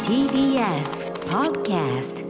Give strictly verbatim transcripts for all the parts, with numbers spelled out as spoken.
ティービーエス Podcast。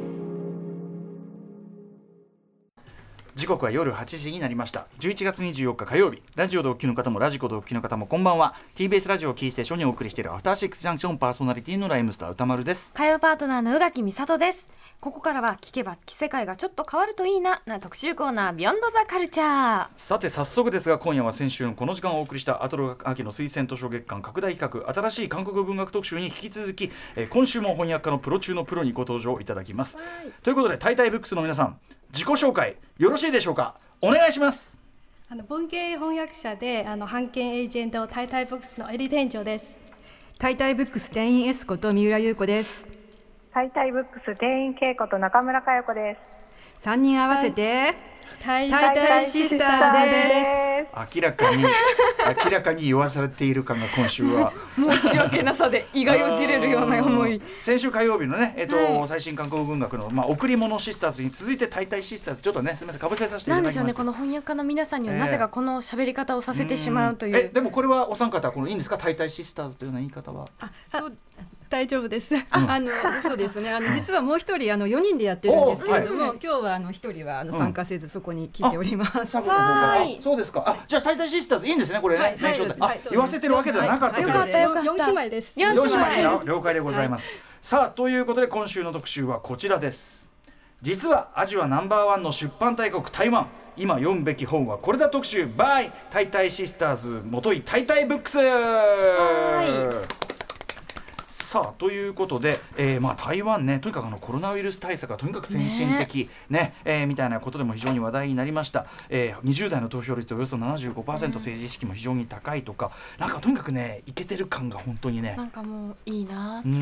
時刻は夜はちじになりました。じゅういちがつにじゅうよっか火曜日、ラジオでお聞きの方もラジコでお聞きの方もこんばんは。 ティービーエス ラジオキーステーションにお送りしているアフターシックスジャンクション、パーソナリティのライムスター歌丸です。 火曜パートナーの宇垣美里です。ここからは聞けば世界がちょっと変わるといいなな特集コーナー、ビヨンドザカルチャー。 さて早速ですが、今夜は先週のこの時間をお送りしたアトロ秋の推薦図書月間拡大企画、新しい韓国語文学特集に引き続き、えー、今週も翻訳家のプロ中のプロにご登場いただきます。ということで、タイタイブックスの皆さん、自己紹介よろしいでしょうか。お願いします。 あの文芸翻訳者であの版権エージェントタイタイブックスのエリ店長です。 タイタイブックス店員エスこと三浦優子です。 タイタイブックス店員恵子と中村佳代子です。 さんにん合わせてタイタイタイシスターです。 明らかに明らかに言わされている感が今週は申し訳なさで胃がよじれるような思い。 先週火曜日のね、えっとはい、 最新韓国文学の、まあ、贈り物シスターズに続いてタイタイシスターズ、ちょっとねすみませんかぶせさせていただきました。 なんでしょうね、この翻訳家の皆さんにはなぜかこの喋り方をさせてしまうという。 えでもこれはお三方このいいんですか、タイタイシスターズというような言い方は。 あ、そう大丈夫です。 あのそうですね、あの実はもう一人あのよにんでやってるんですけれども、 はい、 今日はあの一人はあの参加せずそこに聞いております。 あ、はい、そうですか。あ、じゃあタイタイシスターズいいんですね、これね、はい、最初で、はい、あ、言わせてるわけではなかったという、 よかったよかった。 よん姉妹です。 よん姉妹です。 了解でございます、はい、さあということで今週の特集はこちらです。実はアジアナンバーワンの出版大国台湾、今読むべき本はこれだ特集 by タイタイシスターズもといタイタイブックス。さあということで、えーまあ、台湾ね、とにかくあのコロナウイルス対策がとにかく先進的、ねねえー、みたいなことでも非常に話題になりました。えー、にじゅう代の投票率およそ ななじゅうごパーセント、政治意識も非常に高いとか、なんかとにかくねイケてる感が本当にね、 なんかもういいなって。 うん、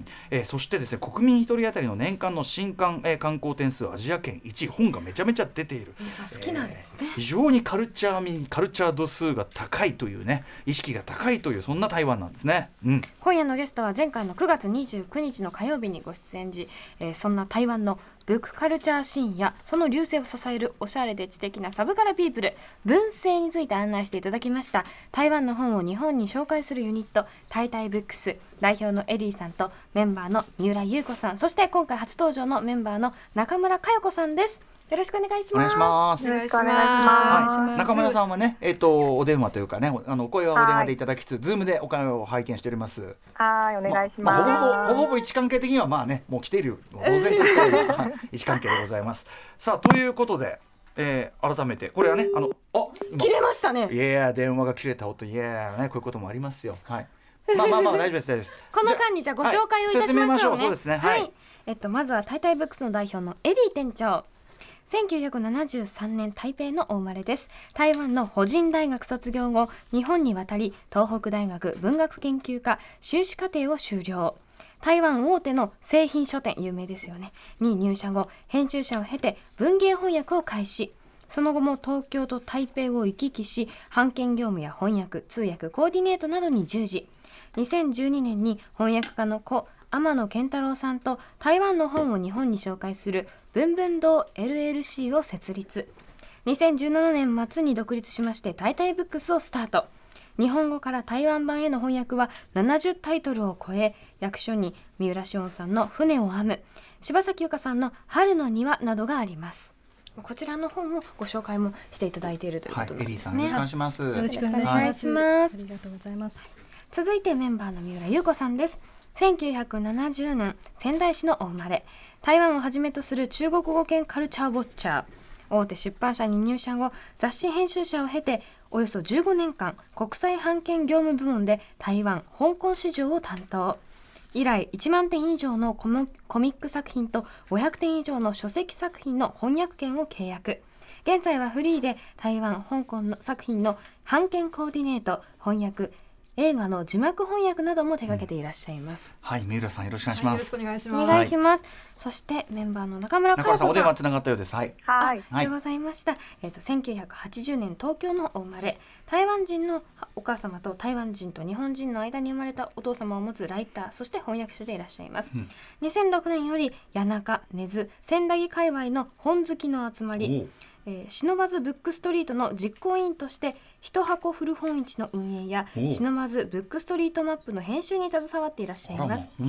えー、そしてですね、国民一人当たりの年間の新刊、えー、観光点数アジア圏いちい、本がめちゃめちゃ出ている。 皆さん好きなんですね、 えー、非常にカルチャー味カルチャー度数が高いというね、意識が高いという、そんな台湾なんですね。うん、 今夜のゲストは前回のくがつにじゅうくにちの火曜日にご出演時、えー、そんな台湾のブックカルチャーシーンやその隆盛を支えるおしゃれで知的なサブカルピープル文政について案内していただきました。台湾の本を日本に紹介するユニットタイタイブックス代表のエリーさんとメンバーの三浦優子さん、そして今回初登場のメンバーの中村佳代子さんです。よろしくお願いします。 お願いします。 よろしくお願いします。 はい、中村さんはね、えー、とお電話というかね、あのお声はお電話でいただきつつ、ズームでお会話を拝見しております。 はい、お願いします。 まあ、ほぼほぼほぼほぼ位置関係的にはまあね、もう来ている当然といったような位置関係でございます。さあということで、えー、改めてこれはね、あのあ切れましたね。 いや電話が切れた音、いやね、こういうこともありますよ。はい。まあまあまあ大丈夫です大丈夫です。 この間にじゃあご紹介をいたしましょうね。はい、進めましょう。 そうですね。はい。 はい、えっとまずはタイタイブックスの代表のエリー店長。せんきゅうひゃくななじゅうさんねん台北のお生まれです。台湾の保仁大学卒業後、日本に渡り東北大学文学研究科修士課程を修了。台湾大手の製品書店、有名ですよね、に入社後、編集者を経て文芸翻訳を開始。その後も東京と台北を行き来し、版権業務や翻訳、通訳、コーディネートなどに従事。にせんじゅうにねんに翻訳家の子天野健太郎さんと台湾の本を日本に紹介する文文堂 エルエルシー を設立。にせんじゅうななねん末に独立しましてタイタイブックスをスタート。日本語から台湾版への翻訳はななじゅうタイトルを超え、訳書に三浦紫音さんの船を編む、柴咲由香さんの春の庭などがあります。こちらの本をご紹介もしていただいているということなんですね。 はい、エリーさんよろしくお願いします。 よろしくお願いします。ありがとうございます。 続いてメンバーの三浦優子さんです。せんきゅうひゃくななじゅうねん仙台市のお生まれ。台湾をはじめとする中国語圏カルチャーウォッチャー。大手出版社に入社後、雑誌編集者を経ておよそじゅうごねんかん国際版権業務部門で台湾・香港市場を担当。以来いちまんてん以上のコミック作品とごひゃくてん以上の書籍作品の翻訳権を契約。現在はフリーで台湾・香港の作品の版権コーディネート、翻訳、映画の字幕翻訳なども手掛けていらっしゃいます。 うん、はい、三浦さんよろしくお願いします。はい、 よろしくお願いします。 お願いします。そしてメンバーの中村佳代子さん。 中村さんお電話つながったようです。はい。 はい。 ありがとうございました。えっとせんきゅうひゃくはちじゅうねん東京のお生まれ。台湾人のお母様と台湾人と日本人の間に生まれたお父様を持つライター、そして翻訳者でいらっしゃいます。うん、にせんろくねんより谷中、根津、千駄木界隈の本好きの集まり。えー、シノバズブックストリートの実行委員として一箱古本市の運営やシノバズブックストリートマップの編集に携わっていらっしゃいます。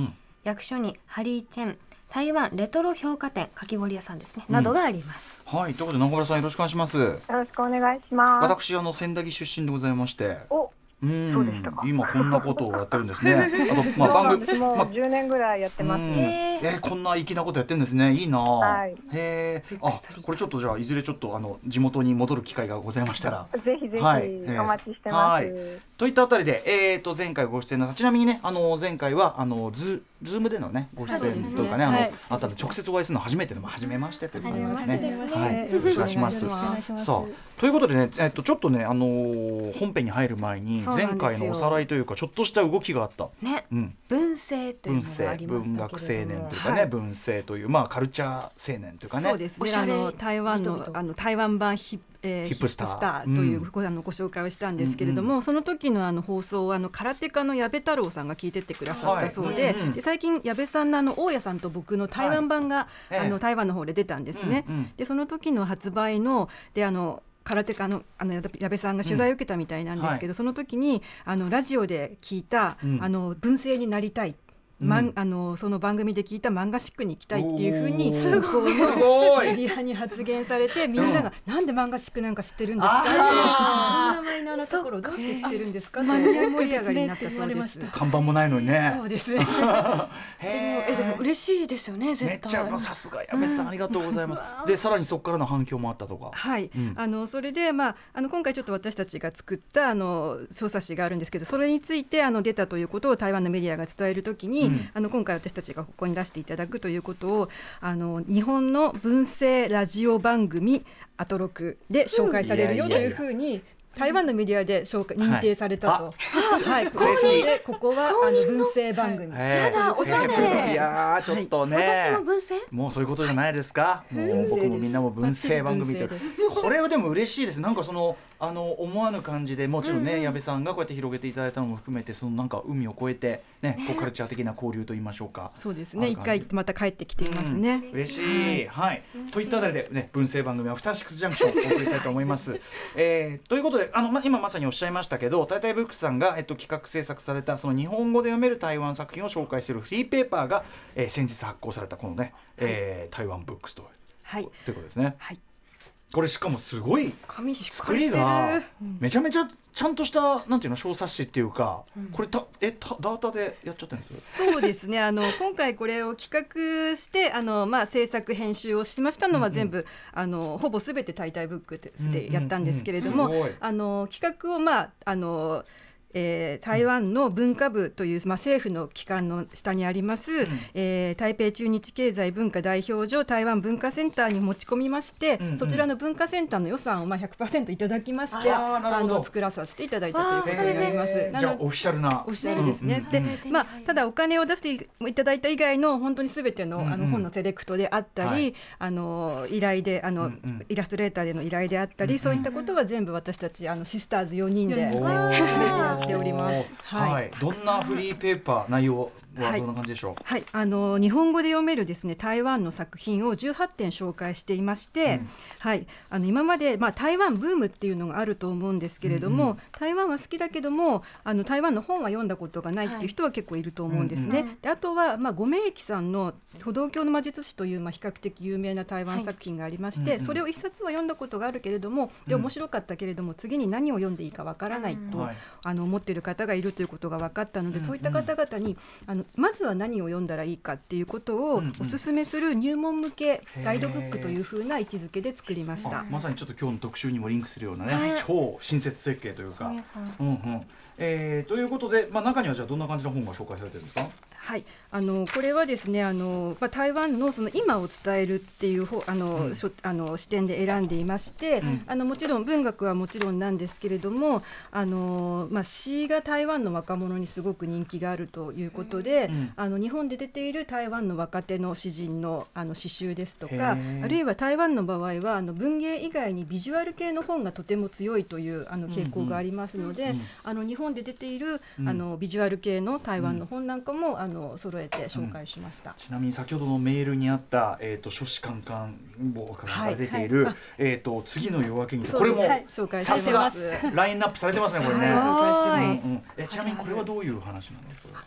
役所にハリーチェン台湾レトロ評価店かき氷屋さんですね、などがあります。 はい、ということで中村さんよろしくお願いします。よろしくお願いします。 私あの千駄木出身でございまして、 おうん、 そうでしたか。 今こんなことをやってるんですね。あと、まあ、番組もうじゅうねんぐらいやってます。 まあ、えー、こんな粋なことやってるんですね。いいな、 はい、 へー、あ、これちょっとじゃあいずれちょっとあの地元に戻る機会がございましたらぜひぜひ、 はい、 お待ちしてます、はい、 といったあたりで、えー、と前回ご出演のちなみにね、あの前回はあのズズームでのねご出演というかね、あの、はい、あったの直接お会いするの初めてでも初めましてということですね。はい、よろしくお願いします。さあ、ということでね、えっとちょっとね、あのー、本編に入る前に前回のおさらいというかちょっとした動きがあった。 ね、うん、文政というのがありましたけれども、 文学青年というかね、はい、文政というまあカルチャー青年というかね、 そうですね、あの台湾のあの台湾版ヒップえー、ヒップスターという、うん、あのご紹介をしたんですけれども、うんうん、その時のあの放送をあの空手家の矢部太郎さんが聞いてってくださったそうで、はい、うんうん、で最近矢部さんのあの大家さんと僕の台湾版が、はい、あの台湾の方で出たんですね、うんうん、でその時の発売のであの空手家のあの矢部さんが取材を受けたみたいなんですけど、うん、はい、その時にあのラジオで聞いた、うん、あの文政になりたい、うん、あのその番組で聞いた漫画シックに行きたいっていうふうにすごいメディアに発言されて、みんなが、うん、なんで漫画シックなんか知ってるんですかって、そんなマイナーなところどうして知ってるんですかって盛り上がりになったそうです。 看板もないのにね。 そうですね。 へえ、でも嬉しいですよね、絶対。 めっちゃさすが矢部さん、ありがとうございます。でさらにそこからの反響もあったとか。 はい、うん、あのそれで、まあ、あの今回ちょっと私たちが作ったあの調査誌があるんですけど、それについてあの出たということを台湾のメディアが伝えるときに、うん、あの今回私たちがここに出していただくということをあの日本の文政ラジオ番組アトロクで紹介されるよというふうに台湾のメディアで紹介認定されたと、はい、正式でここはあの文政番組、 やだおしゃれ、 いやちょっとね、 私も文政もうそういうことじゃないですか、もう僕もみんなも文政番組って、これはでも嬉しいです。なんかそのあの思わぬ感じでもちろんね、矢部さんがこうやって広げていただいたのも含めて、そのなんか海を越えてね、こうカルチャー的な交流と言いましょうか。 そうですね、一回また帰ってきていますね。 嬉しい、はい、といったあたりでね、文政番組アフターシックスジャンクションをお送りしたいと思います。えー、ということであの、ま、今まさにおっしゃいましたけど、タイタイブックスさんが、えっと、企画制作されたその日本語で読める台湾作品を紹介するフリーペーパーが、えー、先日発行されたこのね、えー、台湾ブックスと、はい、ということですね。はい、これしかもすごい作りがめちゃめちゃちゃんとしたなんていうの小冊子っていうか、うん、これたえたダータでやっちゃってるんですか？そうですね、あの今回これを企画してあの、まあ、制作編集をしましたのは全部、うんうん、あのほぼ全てタイタイブックでやったんですけれども、うんうんうん、あの企画をまああのえー、台湾の文化部という、まあ、政府の機関の下にあります、うん、えー、台北駐日経済文化代表所台湾文化センターに持ち込みまして、うんうん、そちらの文化センターの予算をまあ ひゃくパーセント いただきまして、ああの作らさせていただいたということになります。 じゃあオフィシャルなオフィシャルですね、うんうんうん、で、まあ、ただお金を出していただいた以外の本当に全て の, あの本のセレクトであったり、うんうん、あの依頼であの、うんうん、イラストレーターでの依頼であったり、うんうん、そういったことは全部私たちあのシスターズよにんでやっております。 はいはい、どんなフリーペーパー内容はどんな感じでしょう？ はいはい、あの日本語で読めるですね台湾の作品をじゅうはってん紹介していまして、うん、はい、あの今まで、まあ、台湾ブームっていうのがあると思うんですけれども、うんうん、台湾は好きだけどもあの台湾の本は読んだことがないっていう人は結構いると思うんですね、はい、であとは、まあ、呉明益さんの歩道橋の魔術師という、まあ、比較的有名な台湾作品がありまして、はい、それを一冊は読んだことがあるけれども、で面白かったけれども次に何を読んでいいかわからないと、うん、あの思っている方がいるということが分かったので、うん、そういった方々にあのまずは何を読んだらいいかっていうことをおすすめする入門向けガイドブックというふうな位置づけで作りました。 まさにちょっと今日の特集にもリンクするようなね、はい、超親切設計というか、うんうん、えー、ということで、まあ、中にはじゃあどんな感じの本が紹介されてるんですか？ はい、あのこれはですねあの、まあ、台湾 の, その今を伝えるっていうあの、うん、あの視点で選んでいまして、うん、あのもちろん文学はもちろんなんですけれどもあの、まあ、詩が台湾の若者にすごく人気があるということで、うん、あの日本で出ている台湾の若手の詩人 の, あの詩集ですとか、あるいは台湾の場合はあの文芸以外にビジュアル系の本がとても強いというあの傾向がありますので、うんうん、あの日本で出ている、うん、あのビジュアル系の台湾の本なんかも、うん、あの揃えて紹介しました、うん、 ちなみに先ほどのメールにあった、えー、と書士官官房から出ている、はいはい、えー、と次の夜明けにこれもさすがラインナップされてますねこれね、はい、紹介してます、うんうん、えちなみにこれはどういう話なんですか？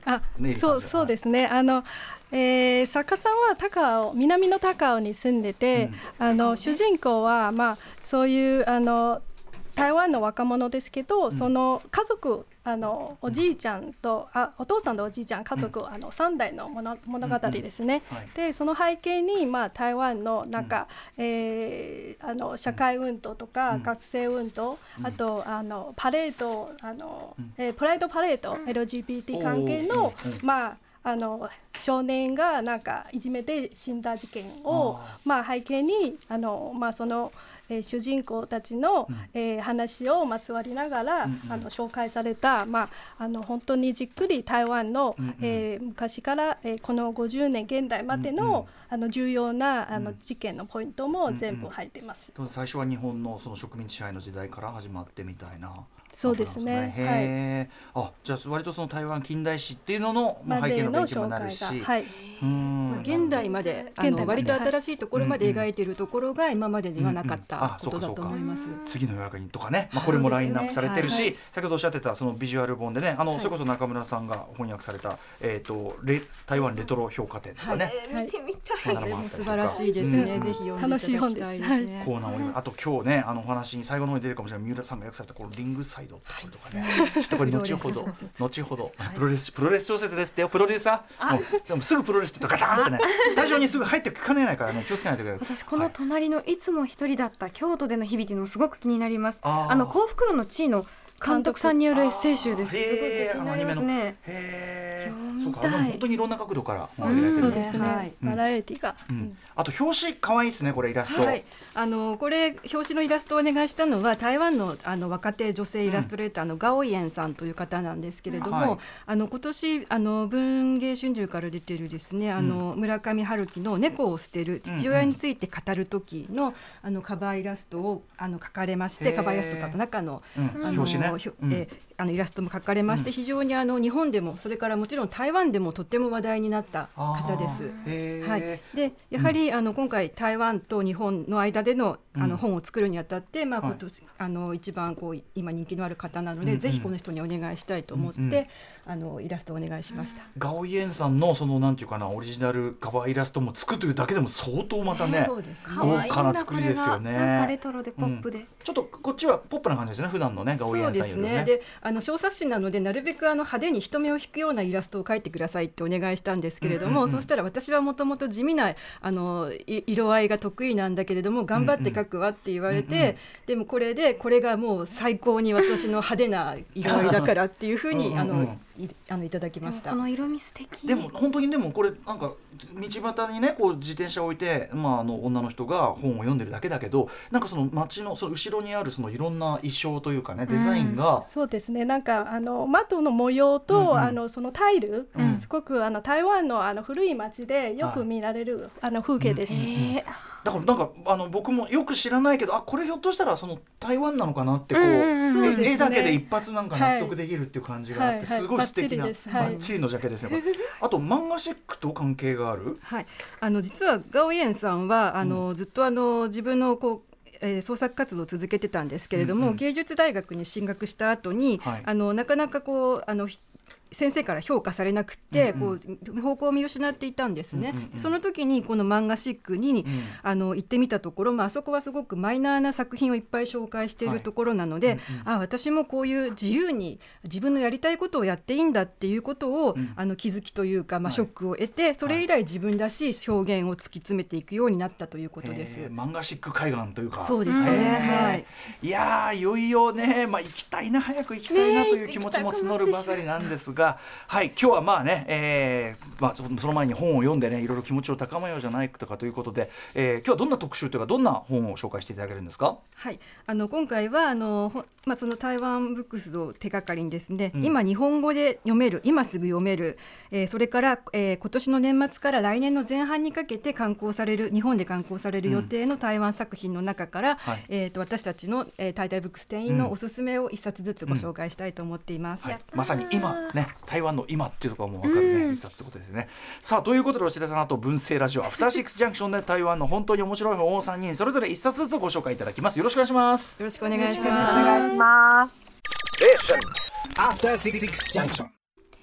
あ、そうそうですね。あの、えー、作家さんは高尾、南の高尾に住んでて、うん、あの主人公はまあそういうあの台湾の若者ですけど、うん、その家族あのおじいちゃんとあお父さんとおじいちゃん家族、うん、あのさん代の物語ですね、うんうんはい、でその背景に、まあ、台湾のなんか、うんえー、あの社会運動とか、うん、学生運動、うん、あとあのパレードあの、うんえー、プライドパレード、うん、エルジービーティー 関係の、うんまああの少年がなんかいじめて死んだ事件をまあ、背景にあの、まあ、その、えー、主人公たちの、うんえー、話をまつわりながら、うんうん、あの紹介された、まあ、あの本当にじっくり台湾の、うんうんえー、昔から、えー、このごじゅうねん現代までの、うんうん、あの重要なあの事件のポイントも全部入ってます、 うんうん、最初は日本の、その植民地支配の時代から始まってみたいな。 そうですね。 へー、はい、あじゃあ割とその台湾近代史っていうのの、まあ、背景の勉強になるし、 はいうんまあ、現代まであの割と新しいところまで描いているところが今までにはなかったことだと思います。 次の夜明けにとかね、まあ、これもラインナップされてるし、ねはいはい、先ほどおっしゃってたそのビジュアル本でねあの、はい、それこそ中村さんが翻訳された、えー、とレ台湾レトロ評価展とかね、 はい、見てみたい。 これも素晴らしいですね、うん、ぜひ読んでいただきたいですね。 コーナーをあと今日ねあのお話に最後の方に出るかもしれない三浦さんが訳されたこのリングサイドとかね、はいちょっとこれ後ほど後ほど、はい、プロレスプロレス小説ですってよプロデューサーもうすぐプロレスってガタンってねスタジオにすぐ入ってきかねないからね気をつけないといけない。 私この隣のいつも一人だった京都での日々っていうのすごく気になります。ああの幸福路の地位の監督さんによるエッセイ集です。すごく気になりますね。 へー読みたい。 本当にいろんな角度からそうですね、はいうん、バラエティが、 うん、あと表紙可愛いですねこれイラスト、 はい、あのこれ表紙のイラストをお願いしたのは台湾 の, あの若手女性イラストレーターのガオイエンさんという方なんですけれども、うんはい、あの今年あの文藝春秋から出ているですねあの、うん、村上春樹の猫を捨てる父親について語る時 の,、うん、あのカバーイラストをあの描かれましてカバーイラストとあと中の、 うん、あの表紙ね、 うんえーあのイラストも描かれまして、うん、非常にあの日本でもそれからもちろん台湾でもとっても話題になった方です。はい、でやはり、うん、あの今回台湾と日本の間での、あの本を作るにあたって、まあ今年はい、あの一番こう今人気のある方なので、うんうん、ぜひこの人にお願いしたいと思って、うんうん、あのイラストをお願いしました。 ガオイエンさんのそのなんていうかなオリジナルカバーイラストも作るというだけでも相当またね、 そうですね豪華な作りですよね。 なんかレトロでポップで、うん、 ちょっとこっちはポップな感じですね普段のねガオイエンさんよりね。 そうですね。であの小冊子なのでなるべくあの派手に人目を引くようなイラストを描いてくださいってお願いしたんですけれども、うんうんうん、そうしたら私はもともと地味なあの色合いが得意なんだけれども頑張って描くわって言われて、うんうん、でもこれでこれがもう最高に私の派手な色合いだからっていうふうにあの、うんうんい, あのいただきました。 この色味素敵。 でも本当にでもこれなんか道端にねこう自転車を置いて、まあ、あの女の人が本を読んでるだけだけどなんかその街のその後ろにあるそのいろんな衣装というかねデザインが、 うん、そうですねなんかあの窓の模様と、うんうん、あのそのタイル、うん、すごくあの台湾 の, あの古い街でよく見られる、はい、あの風景です、うんえー、 だからなんかあの僕もよく知らないけどあこれひょっとしたらその台湾なのかなってこう、うんうんうん、絵だけで一発なんか納得できるっていう感じがあって、はい、すごい素敵な、はいはい、バッチリのジャケですね。あと漫画シックと関係がある、 はい、あの実はガオイエンさんはあの、うん、ずっとあの自分のこうえー、創作活動を続けてたんですけれども、うんうん、芸術大学に進学した後に、はい、あのなかなかこうあの先生から評価されなくて、うんうん、こう方向を見失っていたんですね、うんうんうん、その時にこの漫画シックに、うん、あの行ってみたところ、まあ、あそこはすごくマイナーな作品をいっぱい紹介しているところなので、はいうんうん、あ私もこういう自由に自分のやりたいことをやっていいんだっていうことを、うん、あの気づきというか、まあ、ショックを得て、はい、それ以来自分らしい表現を突き詰めていくようになったということです。 漫画シック海岸というかそうですね、はい、 いやいよいよね、まあ、行きたいな早く行きたいなという気持ちも募るばかりなんですが、はい今日はまあね、えーまあ、その前に本を読んでねいろいろ気持ちを高めようじゃないかということで、えー、今日はどんな特集というかどんな本を紹介していただけるんですか。 はい、あの今回はあの、まあ、その台湾ブックスを手がかりにですね、うん、今日本語で読める今すぐ読める、えー、それから、えー、今年の年末から来年の前半にかけて刊行される日本で刊行される予定の台湾作品の中から、うんはいえー、と私たちの、えー、タイタイブックス店員のおすすめを一冊ずつご紹介したいと思っています、 うんはい、まさに今ね台湾の今っていうところも分かるね、うん、一冊ってことですね。さあということでお知らせの後文政ラジオアフターシックスジャンクションで台湾の本当に面白い本をさんにんそれぞれ一冊ずつご紹介いただきます。よろしくお願いします。 よろしくお願いします。 お願いします。 アフターシックスジャンクション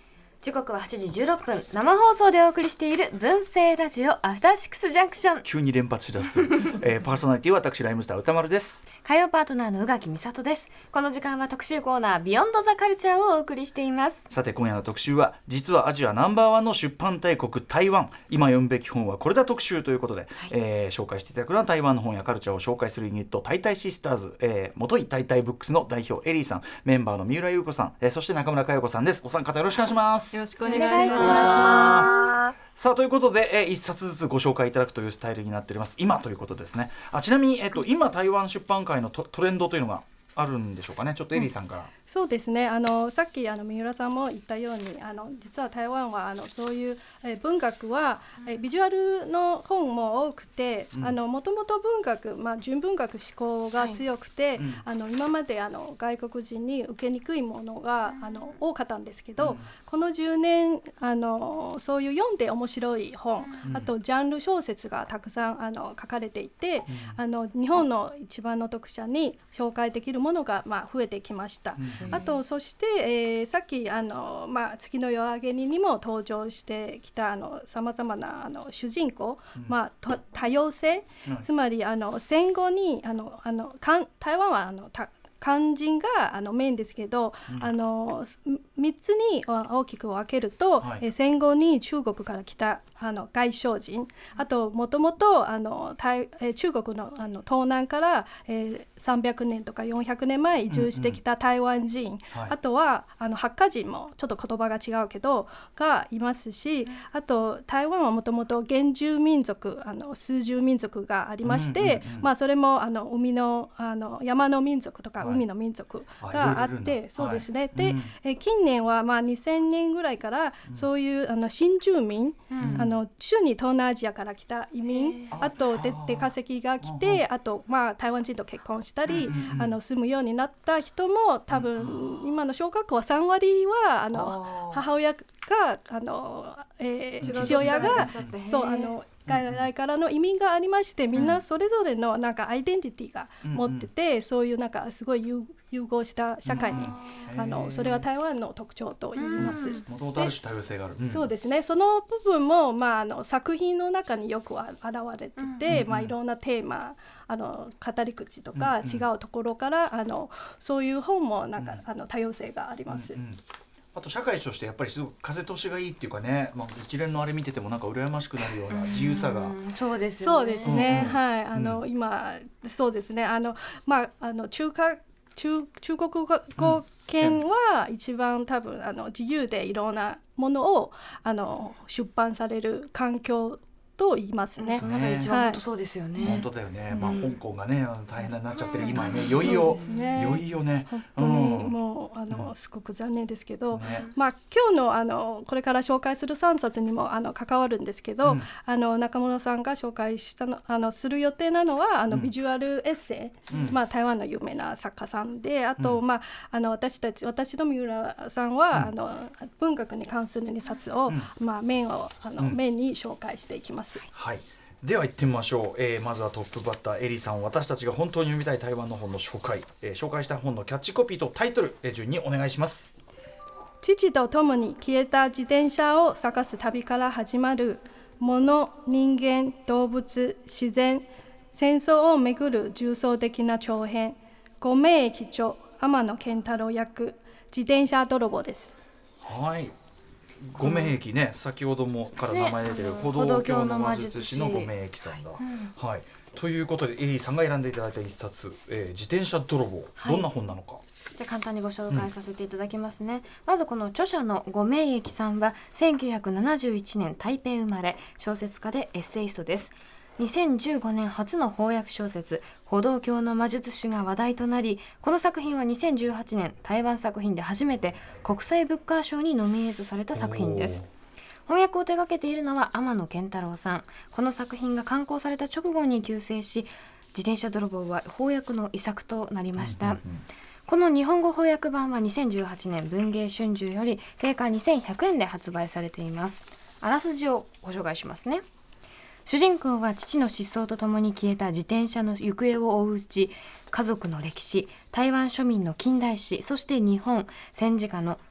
時刻ははちじじゅうろっぷん、生放送でお送りしている文政ラジオアフターシックスジャンクション。 急に連発しだすという、えー、パーソナリティは私ライムスター歌丸です。 火曜パートナーの宇垣美里です。この時間は特集コーナービヨンドザカルチャーをお送りしています。 さて今夜の特集は、実はアジアナンバーワンの出版大国台湾、今読むべき本はこれだ特集ということで、はい、えー、紹介していただくのは台湾の本やカルチャーを紹介するユニットタイタイシスターズ、えー、元井タイタイブックスの代表エリーさん、メンバーの三浦優子さん、えー、そして中村佳代子さんです。お三方よろしくお願いします。 よろしくお願いします。 さあということで、えー、一冊ずつご紹介いただくというスタイルになっております。今ということですね。あ、ちなみに、えっと、今台湾出版界の ト, トレンドというのがあるんでしょうかね。ちょっとエリーさんから、うん、 そうですね、あのさっきあの三浦さんも言ったように、あの実は台湾はあのそういう、え文学は、えビジュアルの本も多くて、もともと文学、まあ、純文学思考が強くて、はい、うん、あの今まであの外国人に受けにくいものがあの多かったんですけど、うん、このじゅうねんあのそういう読んで面白い本、うん、あとジャンル小説がたくさんあの書かれていて、うん、あの日本の一番の読者に紹介できるものが、まあ、増えてきました。うん、あとそして、えー、さっきあの、まあ、月の夜明けににも登場してきたさまざまなあの主人公、うん、まあ、多様性、うん、つまりあの戦後にあのあの台湾はあのた漢人があのメインですけど、うん、あのみっつに大きく分けると、はい、え戦後に中国から来たあの外省人、あともともとあの台中国 の, あの東南から、えー、さんびゃくねんとかよんひゃくねんまえ移住してきた台湾人、うんうん、はい、あとはあのハッカ人もちょっと言葉が違うけどがいますし、あと台湾はもともと原住民族、あの数十民族がありまして、うんうんうん、まあ、それもあの海の、あの山の民族とか、はい、海の民族があって、はい、そうですね、はい、で、うん、え近年はまあにせんねんぐらいからそういう、うん、あの新住民、うん、あの主に東南アジアから来た移民、あとで出稼ぎが来て、あとまあ台湾人と結婚したり、うん、あの住むようになった人も多分、うん、今の小学校はさんわりはあの母親があの、えー、父親がそうあの外来からの移民がありまして、みんなそれぞれのなんかアイデンティティが持ってて、うんうん、そういうなんかすごい融合した社会に、うん、あのそれは台湾の特徴と言います。 もともとある種多様性がある、うん、 そうですね、その部分も、まあ、あの作品の中によく現れてて、うん、まあ、いろんなテーマ、あの語り口とか違うところから、うんうん、あのそういう本もなんか、うん、あの多様性があります。うんうん、 あと社会としてやっぱりすごく風通しがいいっていうかね、まあ、一連のあれ見ててもなんか羨ましくなるような自由さが、うん、 そうですね、 そうですね、うんうん、はい、あの、うん、今そうですね、あの、まあ、あの中華中, 中国語圏は一番多分あの自由でいろんなものをあの出版される環境と言いますね。 そのが一番本当そうですよね。 はい、本当だよね。まあ、香港がね大変になっちゃってる今ね、いよいよ、ね、いよいよね。 本当にもう、うん、あのすごく残念ですけど、ね、まあ今日のあのこれから紹介するさんさつにもあの関わるんですけど、うん、あの中村さんが紹介したのあのする予定なのはあのビジュアルエッセイ、うん、まあ台湾の有名な作家さんで、あと、うん、まああの私たち私と三浦さんは、うん、あの文学に関するにさつを、うん、まあ面をあの、うん、面に紹介していきます。 はい、では行ってみましょう。えー、まずはトップバッターエリーさん、私たちが本当に読みたい台湾の本の紹介、えー、紹介した本のキャッチコピーとタイトル、えー、順にお願いします。 父と共に消えた自転車を探す旅から始まる物、人間、動物、自然、戦争をめぐる重層的な長編、五名駅長天野健太郎役自転車泥棒です。 はい、五名駅ね、先ほどもから名前出てる歩道橋の魔術師の五名駅さんだ、はいうんはい、ということでエリーさんが選んでいただいた一冊、えー、自転車泥棒、はい、どんな本なのか。 じゃ簡単にご紹介させていただきますね、うん、まずこの著者の五名駅さんはせんきゅうひゃくななじゅういちねん台北生まれ、小説家でエッセイストです。にせんじゅうごねん初の翻訳小説歩道橋の魔術師が話題となり、この作品はにせんじゅうはちねん台湾作品で初めて国際ブッカー賞にノミネートされた作品です。翻訳を手掛けているのは天野健太郎さん。この作品が刊行された直後に急逝し、自転車泥棒は翻訳の遺作となりました、うんうんうん、この日本語翻訳版はにせんじゅうはちねん文藝春秋より定価にせんひゃくえんで発売されています。あらすじをご紹介しますね。主人公は父の失踪とともに消えた自転車の行方を追ううち、家族の歴史、台湾庶民の近代史、そして日本戦時下の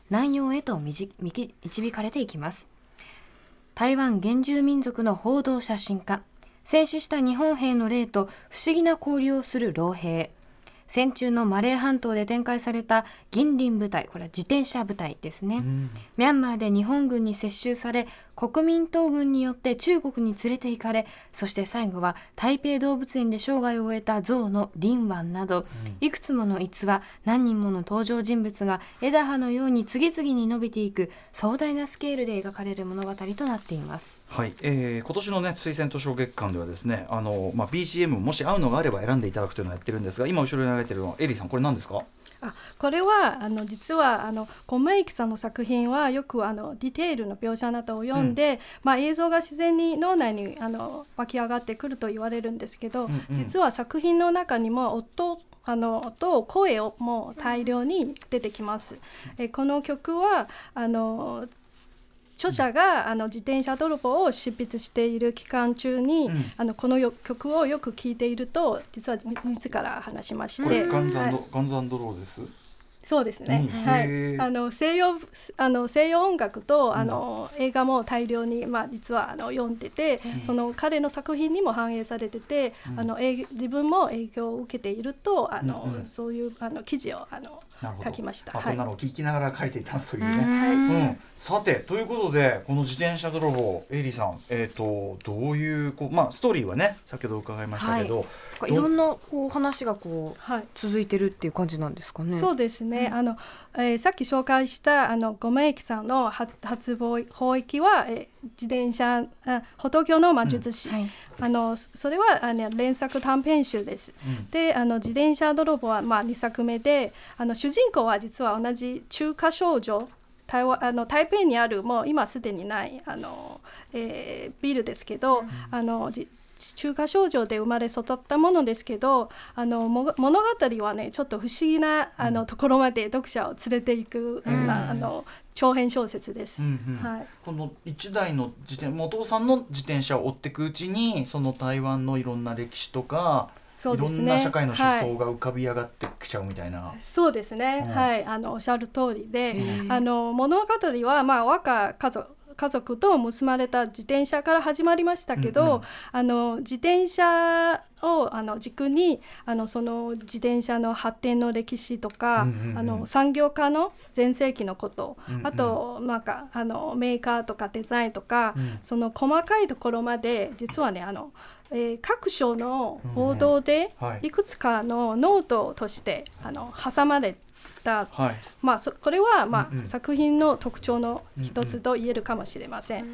南洋へと導かれていきます。台湾原住民族の報道写真家、戦死した日本兵の霊と不思議な交流をする老兵、戦中のマレー半島で展開された銀鱗部隊、これは自転車部隊ですね、うん、ミャンマーで日本軍に接収され国民党軍によって中国に連れて行かれ、そして最後は台北動物園で生涯を終えた象の林湾など、うん、いくつもの逸話、何人もの登場人物が枝葉のように次々に伸びていく壮大なスケールで描かれる物語となっています。 はい、えー、今年のね推薦図書月間ではですね、あの、まあ、ビージーエム もし合うのがあれば選んでいただくというのをやってるんですが、今後ろに流れているのはエリーさん、これ何ですか？ あ、これはあの実はあのコンメイキさんの作品はよくあのディテールの描写などを読んで、うん、まあ、映像が自然に脳内にあの湧き上がってくると言われるんですけど、うんうん、実は作品の中にも音あのと声をも大量に出てきます。えこの曲はあの著者があの自転車泥棒を執筆している期間中に、うん、あのこの曲をよく聴いていると実は自ら話しまして、 これガンズ&、はい、ガンズ&ローゼス？ そうですね、うん、はい、あの西洋あの西洋音楽とあの、うん、映画も大量に、まあ、実はあの読んでて、うん、その彼の作品にも反映されてて、うん、あの自分も影響を受けているとあの、うんうん、そういうあの記事をあの書きました。 こんなのを聞きながら書いていたというね、はい、うん、さてということでこの自転車泥棒エイリさん、えーと、どういう、こう、まあ、ストーリーはね先ほど伺いましたけど、 はい、いろんなこう話がこう、はい、続いてるっていう感じなんですかね。 そうですね、あのえー、さっき紹介したあのゴメイキさんの初報益は、えー、自転車仏教の魔術師、うん、はい、あのそれはあの連作短編集です、うん、であの自転車泥棒は、まあ、にさくめであの主人公は実は同じ中華少女台湾あの台北にあるもう今すでにないあの、えー、ビルですけど、うん、あの中華少女で生まれ育ったものですけど、あの物語はねちょっと不思議なあのところまで読者を連れていく、うん、あの長編小説です、うんうん、はい、 この一台の自転お父さんの自転車を追っていくうちにその台湾のいろんな歴史とか、そうですね、いろんな社会の思想が浮かび上がってきちゃうみたいな、はい、 そうですね、うん、はい、あのおっしゃる通りで、あの物語は、まあ、若家族家族と結ばれた自転車から始まりましたけど、うんうん、あの自転車をあの軸にあのその自転車の発展の歴史とか、うんうんうん、あの産業化の全盛期のこと、うんうん、あとなんかあのメーカーとかデザインとか、うん、その細かいところまで実はねあの、えー、各章の報道でいくつかのノートとして、あの挟まれてはい、まあ、そこれは、まあうんうん、作品の特徴の一つと言えるかもしれません、うんうん、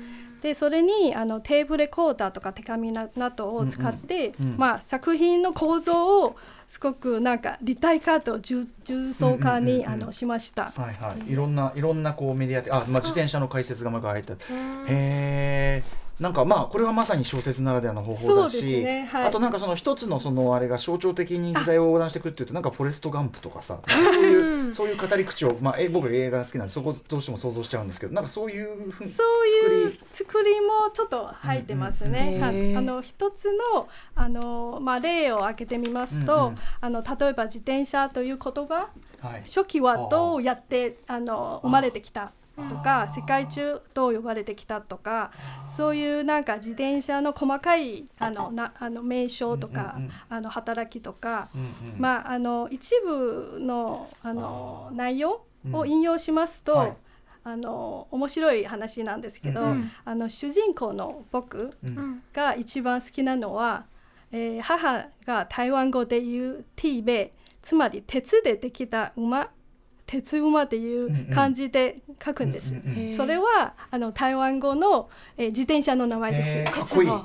でそれにあのテープレコーダーとか手紙などを使って、うんうん、まあ、作品の構造をすごくなんか立体化と重層化に、うんうんうんうん、あのしました、 はいはい、いろんないろんなこうメディアで、あ、まあ、自転車の解説がまだ入った、へー、なんかまあこれはまさに小説ならではの方法だし、そうですね、はい、あとなんかその一つのそのあれが象徴的に時代を横断していくっていうとなんかフォレストガンプとかさ、そういうそういう語り口を、まあ、え僕映画好きなんでそこどうしても想像しちゃうんですけど、なんかそういうふうにそういう作りもちょっと入ってますね、うんうんうん、あの一つの、あの、まあ、例を挙げてみますと、うんうん、あの例えば自転車という言葉、はい、初期はどうやってあの生まれてきたとか、世界中どう呼ばれてきたとか、そういうなんか自転車の細かいあのなあの名称とか、うんうんうん、あの働きとか、うんうん、まあ、あの一部の、あの内容を引用しますと、うん、はい、あの面白い話なんですけど、うんうん、あの主人公の僕が一番好きなのは、うん、えー、母が台湾語で言うティーベイ、つまり鉄でできた馬、鉄馬っていう漢字で書くんです、うんうん、それはあの台湾語の、えー、自転車の名前です。 かっこいい、はい、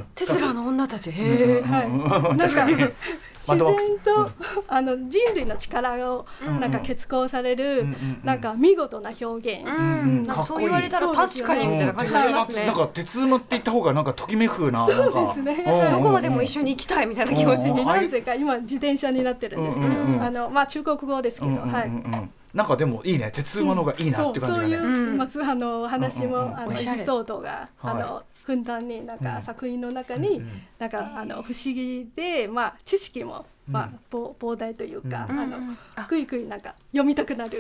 テスラの女たち、へー、 はい、なんか自然と、うん、あの人類の力をなんか結合される、うん、なんか見事な表現、うんうん、なんかそう言われたら確かにみたいな感じがしますね。 なんか鉄馬って言った方がなんかときめくな、 そうですね、 どこまでも一緒に行きたいみたいな気持ちになぜか今自転車になってるんですけど、うんうんうん、あのまあ中国語ですけど、うんうんうん、はい、 なんかでもいいね、鉄馬の方がいいなって感じがね、 うん、そういう松葉の話も、うんうんうん、あのエピソードが、はい、あのふんだんになんか作品の中に、うん、なんかあの不思議で、まあ、知識も、まあ、膨大というか、うん、あのくいくいなんか読みたくなる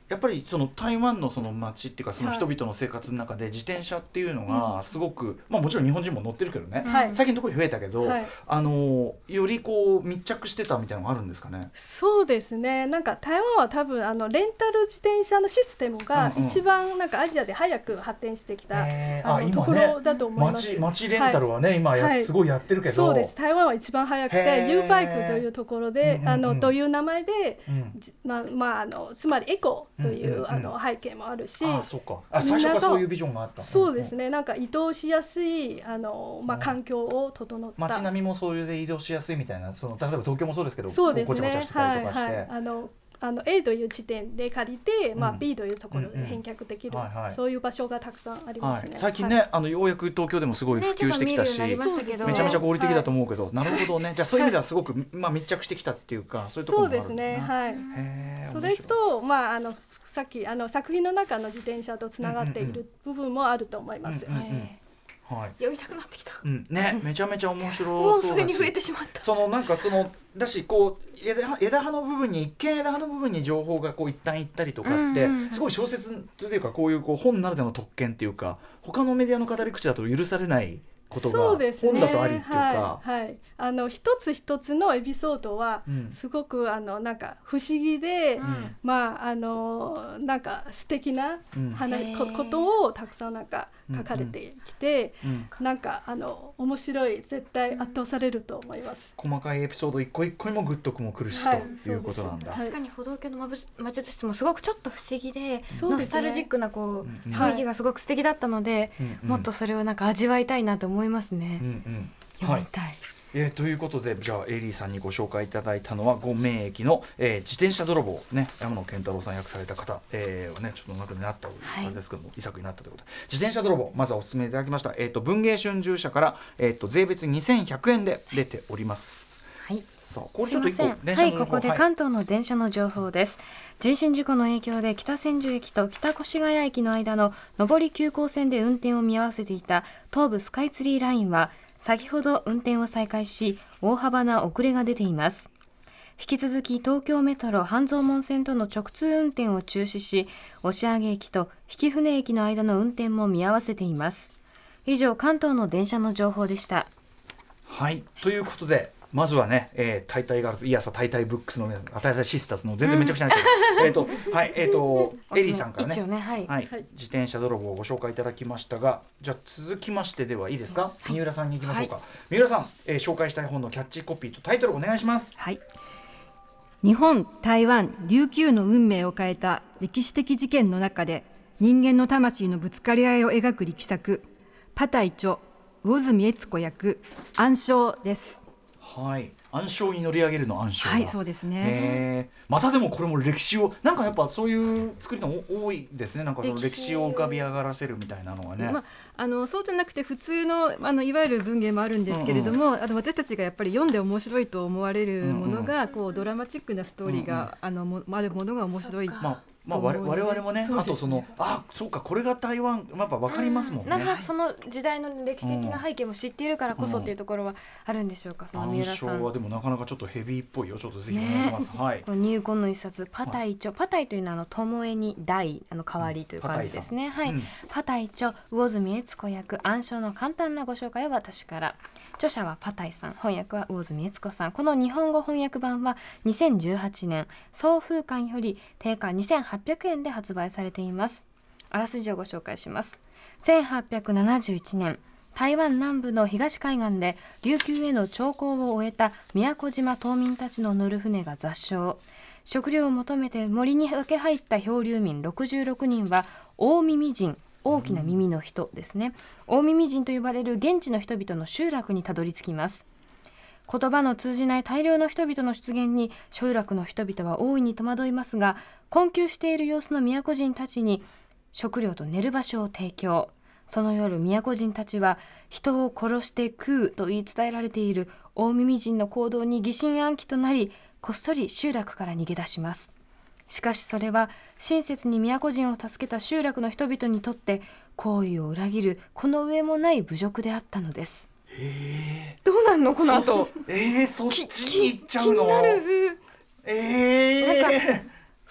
やっぱりその台湾のその街っていうかその人々の生活の中で自転車っていうのがすごく、まあもちろん日本人も乗ってるけどね、 はい、 最近のところに増えたけど、はい、あのよりこう密着してたみたいなのがあるんですかね。 そうですね、なんか台湾は多分あのレンタル自転車のシステムが一番なんかアジアで早く発展してきた、うんうん、あのところだと思います。 街レンタルはね、はい、今やすごいやってるけど、 そうです、台湾は一番早くて U バイクというところで、あのという名前で、うんまあまあ、あのつまりエコという、うんうんうん、あの背景もあるし、 ああそうか、あ最初からそういうビジョンがあった。 そうですね、なんか移動しやすいあの、まあ、環境を整った、 街並みもそういうで移動しやすいみたいな、その例えば東京もそうですけど、 そうですね、 ごちゃごちゃしてたりとかして、はいはい、 あのあの A という地点で借りて、まあ、B というところで返却できる、うんうんはいはい、そういう場所がたくさんありますね、はい、 最近ね、はい、あのようやく東京でもすごい普及してきたし、ね、めちゃめちゃ合理的だと思うけど、はい、なるほどね、じゃあそういう意味ではすごく、はいまあ、密着してきたっていうか、そういうところもあるんだな。そうですね、はい、へそれと、まあ、あのさっきあの作品の中の自転車とつながっている部分もあると思います。 はい、読みたくなってきた、 うん、ね、めちゃめちゃ面白そうだし、 もうそれに増えてしまった。 そのなんかそのだしこう 枝, 枝葉の部分に一見枝葉の部分に情報がこう一旦行ったりとかって、うんうん、すごい小説というかこういうこう本ならではの特権っていうか、他のメディアの語り口だと許されないことが本だとありっていうか、 はいはい、あの一つ一つのエピソードはすごく、うん、あのなんか不思議で、うん、まああのなんか素敵な話、うん、こ, ことをたくさんなんか書かれてきて、うんうん、なんかあの面白い、絶対圧倒されると思います。 細かいエピソード一個一個にもグッとくもくるし、はい、ということなんだ。 確かに歩道橋の魔術師もすごくちょっと不思議で、ノスタルジックなこう、ね、雰囲気がすごく素敵だったので、はい、もっとそれをなんか味わいたいなと思いますね、うんうん、読みたい、はい、 えー、ということで、じゃあエリーさんにご紹介いただいたのはご名駅の、えー、自転車泥棒、ね、山野健太郎さん役された方、えーね、ちょっと中になった、はい、あれですけども遺作になったということで、自転車泥棒まずはお勧めいただきました、えー、と文藝春秋社から、えー、と税別にせんひゃくえんで出ております。 はい、 さあこれちょっと一個電車の情報、はい、ここで関東の電車の情報です。人身事故の影響で北千住駅と北越谷駅の間の上り急行線で運転を見合わせていた東武スカイツリーラインは先ほど運転を再開し、大幅な遅れが出ています。引き続き東京メトロ半蔵門線との直通運転を中止し、押上駅と曳舟駅の間の運転も見合わせています。以上、関東の電車の情報でした。 はい、ということでまずはね、えー、タイタイガールズ、いやさタイタイブックスの皆さん、タイタイシスターズの全然めちゃくちゃになっちゃう、えっとはいえっ、ー、とエリーさんからね、 ね、はいはい、自転車泥棒をご紹介いただきましたが、じゃあ続きましてではいいですか、はい、三浦さんに行きましょうか、はい、三浦さん、えー、紹介したい本のキャッチコピーとタイトルお願いします。 はい、日本、台湾、琉球の運命を変えた歴史的事件の中で人間の魂のぶつかり合いを描く力作、パタイチョ、魚住悦子役暗礁です。 はい、暗礁に乗り上げるの暗礁、 はい、そうですね。 またでもこれも歴史をなんかやっぱそういう作りの多いですね。なんかその歴史を浮かび上がらせるみたいなのはね、 まあ、あのそうじゃなくて普通 の, あのいわゆる文芸もあるんですけれども、うんうん、あの私たちがやっぱり読んで面白いと思われるものが、うんうん、こうドラマチックなストーリーが、うんうん、あのもあるものが面白い。まあまあ、我, 我々もね、あとそのあそうかこれが台湾やっぱ分かりますもんね、 うん、なんかその時代の歴史的な背景も知っているからこそっていうところはあるんでしょうか、うん、その三浦さん。 暗礁はでもなかなかちょっとヘビーっぽいよ。ちょっとぜひお願いします、ね、はい、 入魂の一冊パタイチョ、はい、パタイというのはあの巴に大あの代わりという感じですね、うん、はい、うん、パタイチョ魚住悦子役暗礁の簡単なご紹介は私から。著者はパタイさん、翻訳は魚住悦子さん。この日本語翻訳版はにせんじゅうはちねん送風館より定価にせんはっぴゃくえんで発売されています。あらすじをご紹介します。せんはっぴゃくななじゅういちねん、台湾南部の東海岸で琉球への朝貢を終えた宮古島島民たちの乗る船が座礁。食料を求めて森に分け入った漂流民ろくじゅうろくにんは大耳人、大きな耳の人ですね、大耳人と呼ばれる現地の人々の集落にたどり着きます。言葉の通じない大量の人々の出現に集落の人々は大いに戸惑いますが、困窮している様子の宮古人たちに食料と寝る場所を提供。その夜、宮古人たちは人を殺して食うと言い伝えられている大耳人の行動に疑心暗鬼となり、こっそり集落から逃げ出します。しかしそれは親切に宮古人を助けた集落の人々にとって好意を裏切るこの上もない侮辱であったのです。 へー、 どうなんのこの後。 えー、そっちに行っちゃうの。 気になる。 えー、 なんか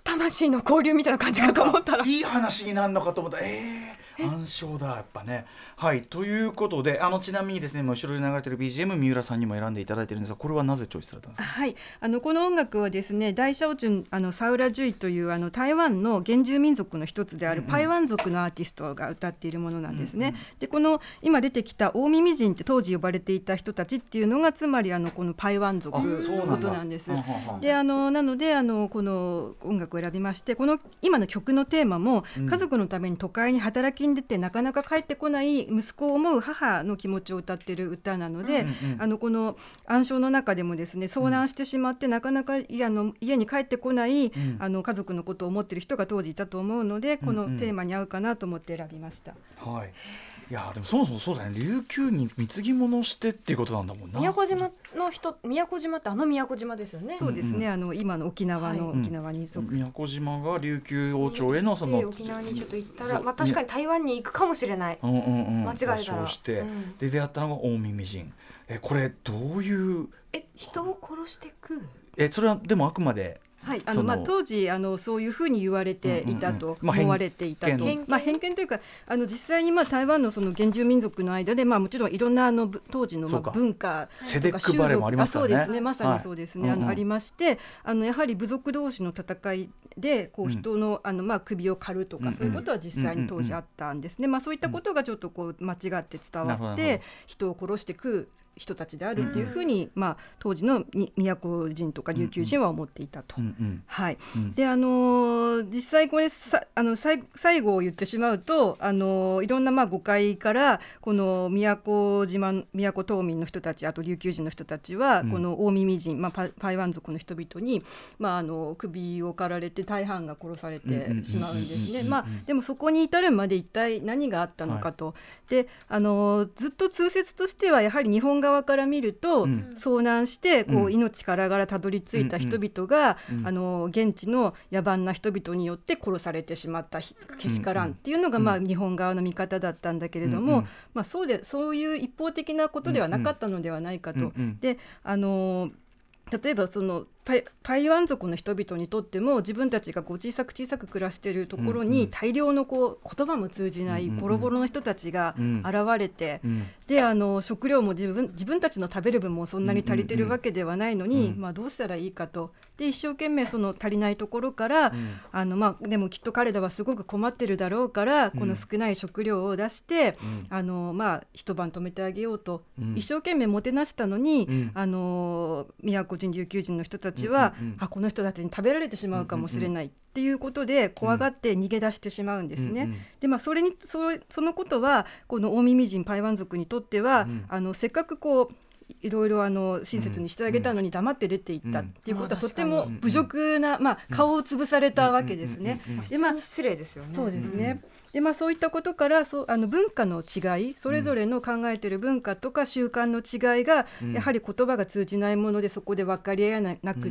魂の交流みたいな感じかと思ったらいい話になるのかと思ったらえー暗唱だやっぱね。はいということであのちなみにですね後ろで流れてる ビージーエム 三浦さんにも選んでいただいてるんですがこれはなぜチョイスされたんですか。 はい、あのこの音楽はですね大小チあのサウラ・ジュイというあの台湾の原住民族の一つであるパイワン族のアーティストが歌っているものなんですね、うんうん、でこの今出てきた大耳人って当時呼ばれていた人たちっていうのがつまりあのこのパイワン族のことなんです。であのなのであのこの音楽を選びましてこの今の曲のテーマも、うん、家族のために都会に働きに出てなかなか帰ってこない息子を思う母の気持ちを歌っている歌なので、うんうん、あのこの暗唱の中でもですね遭難してしまって、うん、なかなかいやの家に帰ってこない、うん、あの家族のことを思っている人が当時いたと思うのでこのテーマに合うかなと思って選びました、 うんうんはいいやでもそもそもそうだね琉球に貢ぎ物してっていうことなんだもんな。 宮古島の人宮古島ってあの宮古島ですよね。 そうですね、うんうん、あの今の沖縄の、はい、沖縄に属する、 うん、宮古島が琉球王朝へのその沖縄にちょっと行ったら、まあ、確かに台湾に行くかもしれない、うんうんうん、間違えたらして、うん、で出会ったのが大耳人。えこれどういうえ人を殺してくえそれはでもあくまではいあのまあ、当時あのそういうふうに言われていたと思われていたと、うんうんうんまあ、偏見というかあの実際にまあ台湾のその原住民族の間で、まあ、もちろんいろんなあの当時のまあ文化とか習俗あそうですねまさにそうですね、はい、あのありましてあのやはり部族同士の戦いでこう人 の,、うん、あのまあ首を狩るとか、うん、そういうことは実際に当時あったんですね、まあ、そういったことがちょっとこう間違って伝わって人を殺して食う人たちであるっていうふうに、うんまあ、当時の宮古人とか琉球人は思っていたと、うんうんはいうん、であのー、実際これさあの最最後を言ってしまうと、あのー、いろんなまあ誤解からこの宮古島宮古島民の人たちあと琉球人の人たちは、うん、この大耳人、まあ、パ, パイワン族の人々に、まあ、あの首を刈られて大半が殺されてしまうんですね。まあでもそこに至るまで一体何があったのかと、はい、であのー、ずっと通説としてはやはり日本側から見ると、うん、遭難してこう、うん、命からがらたどり着いた人々が、うんうん、あの現地の野蛮な人々によって殺されてしまったけしからんっていうのが、うんうんまあ、日本側の見方だったんだけれども、うんうんまあ、そうでそういう一方的なことではなかったのではないかと、うんうん、であの例えばそのパイ、パイワン族の人々にとっても自分たちがこう小さく小さく暮らしているところに大量のこう言葉も通じないボロボロの人たちが現れて、うんうん、であの食料も自分、自分たちの食べる分もそんなに足りてるわけではないのに、うんうんまあ、どうしたらいいかとで一生懸命その足りないところから、うんあのまあ、でもきっと彼らはすごく困ってるだろうからこの少ない食料を出して、うんあのまあ、一晩止めてあげようと、うん、一生懸命もてなしたのに、うん、あの宮古人琉球人の人たちは、うんうんうん、あこの人たちに食べられてしまうかもしれないっていうことで怖がって逃げ出してしまうんですね、うんうん、でまあ、それに そ, そのことはこの大耳人パイワン族にとっては、うん、あのせっかくこういろいろあの親切にしてあげたのに黙って出ていったっていうことはとても侮辱な、まあ、顔を潰されたわけですね。 でまあ失礼ですよね。 そうですね。でまあ、そういったことからそうあの文化の違いそれぞれの考えている文化とか習慣の違いが、うん、やはり言葉が通じないものでそこで分かり合えなくって、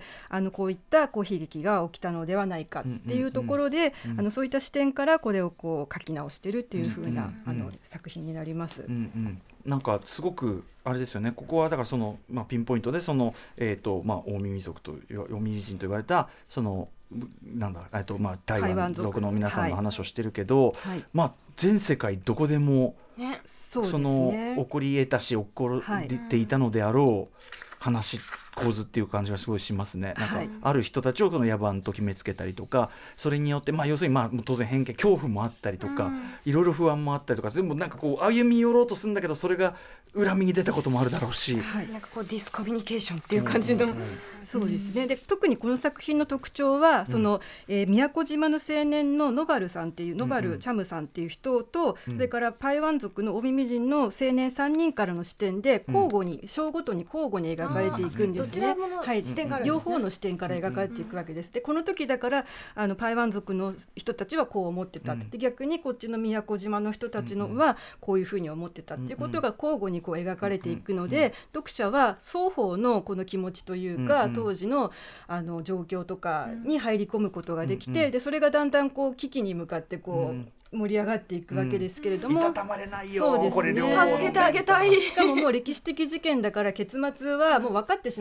うん、あのこういったこう悲劇が起きたのではないかっていうところで、うんうんうん、あのそういった視点からこれをこう書き直しているっていう風な、うんうんうん、あの作品になります、うんうんなんかすごくあれですよねここはだからその、まあ、ピンポイントでその、えーとまあ、大耳族と大耳人と言われたそのなんだ、えーとまあ、台湾族の皆さんの話をしてるけど、はいはいまあ、全世界どこでも、ね、その起こり得たし起こっていたのであろう話構図っていう感じがすごいしますね。なんかある人たちをこの野蛮と決めつけたりとかそれによって、まあ、要するにまあ当然偏見恐怖もあったりとか、うん、いろいろ不安もあったりとかでもなんかこう歩み寄ろうとするんだけどそれが裏目に出たこともあるだろうし、 はい、なんかこうディスコミュニケーションっていう感じの、うんうんうん、 そうですね。で特にこの作品の特徴はその、うんえー、宮古島の青年のノバルさんっていうノバルチャムさんっていう人と、うんうん、それからパイワン族の大耳人の青年さんにんからの視点で交互に、うん、章ごとに交互に描かれていくんですね。 どちらものはい視点から、両方の視点から描かれていくわけです。でこの時だからあのパイワン族の人たちはこう思ってた、うん、で逆にこっちの宮古島の人たちのはこういうふうに思ってたっていうことが交互にこう描かれていくので、読者は双方のこの気持ちというか、うん、当時 の, あの状況とかに入り込むことができて、うん、でそれがだんだんこう危機に向かってこう、うん盛り上がっていくわけですけれども、 うん、いたたまれないよそうですね、 これ助けてあげたいしかももう歴史的事件だから結末はもう分かってしま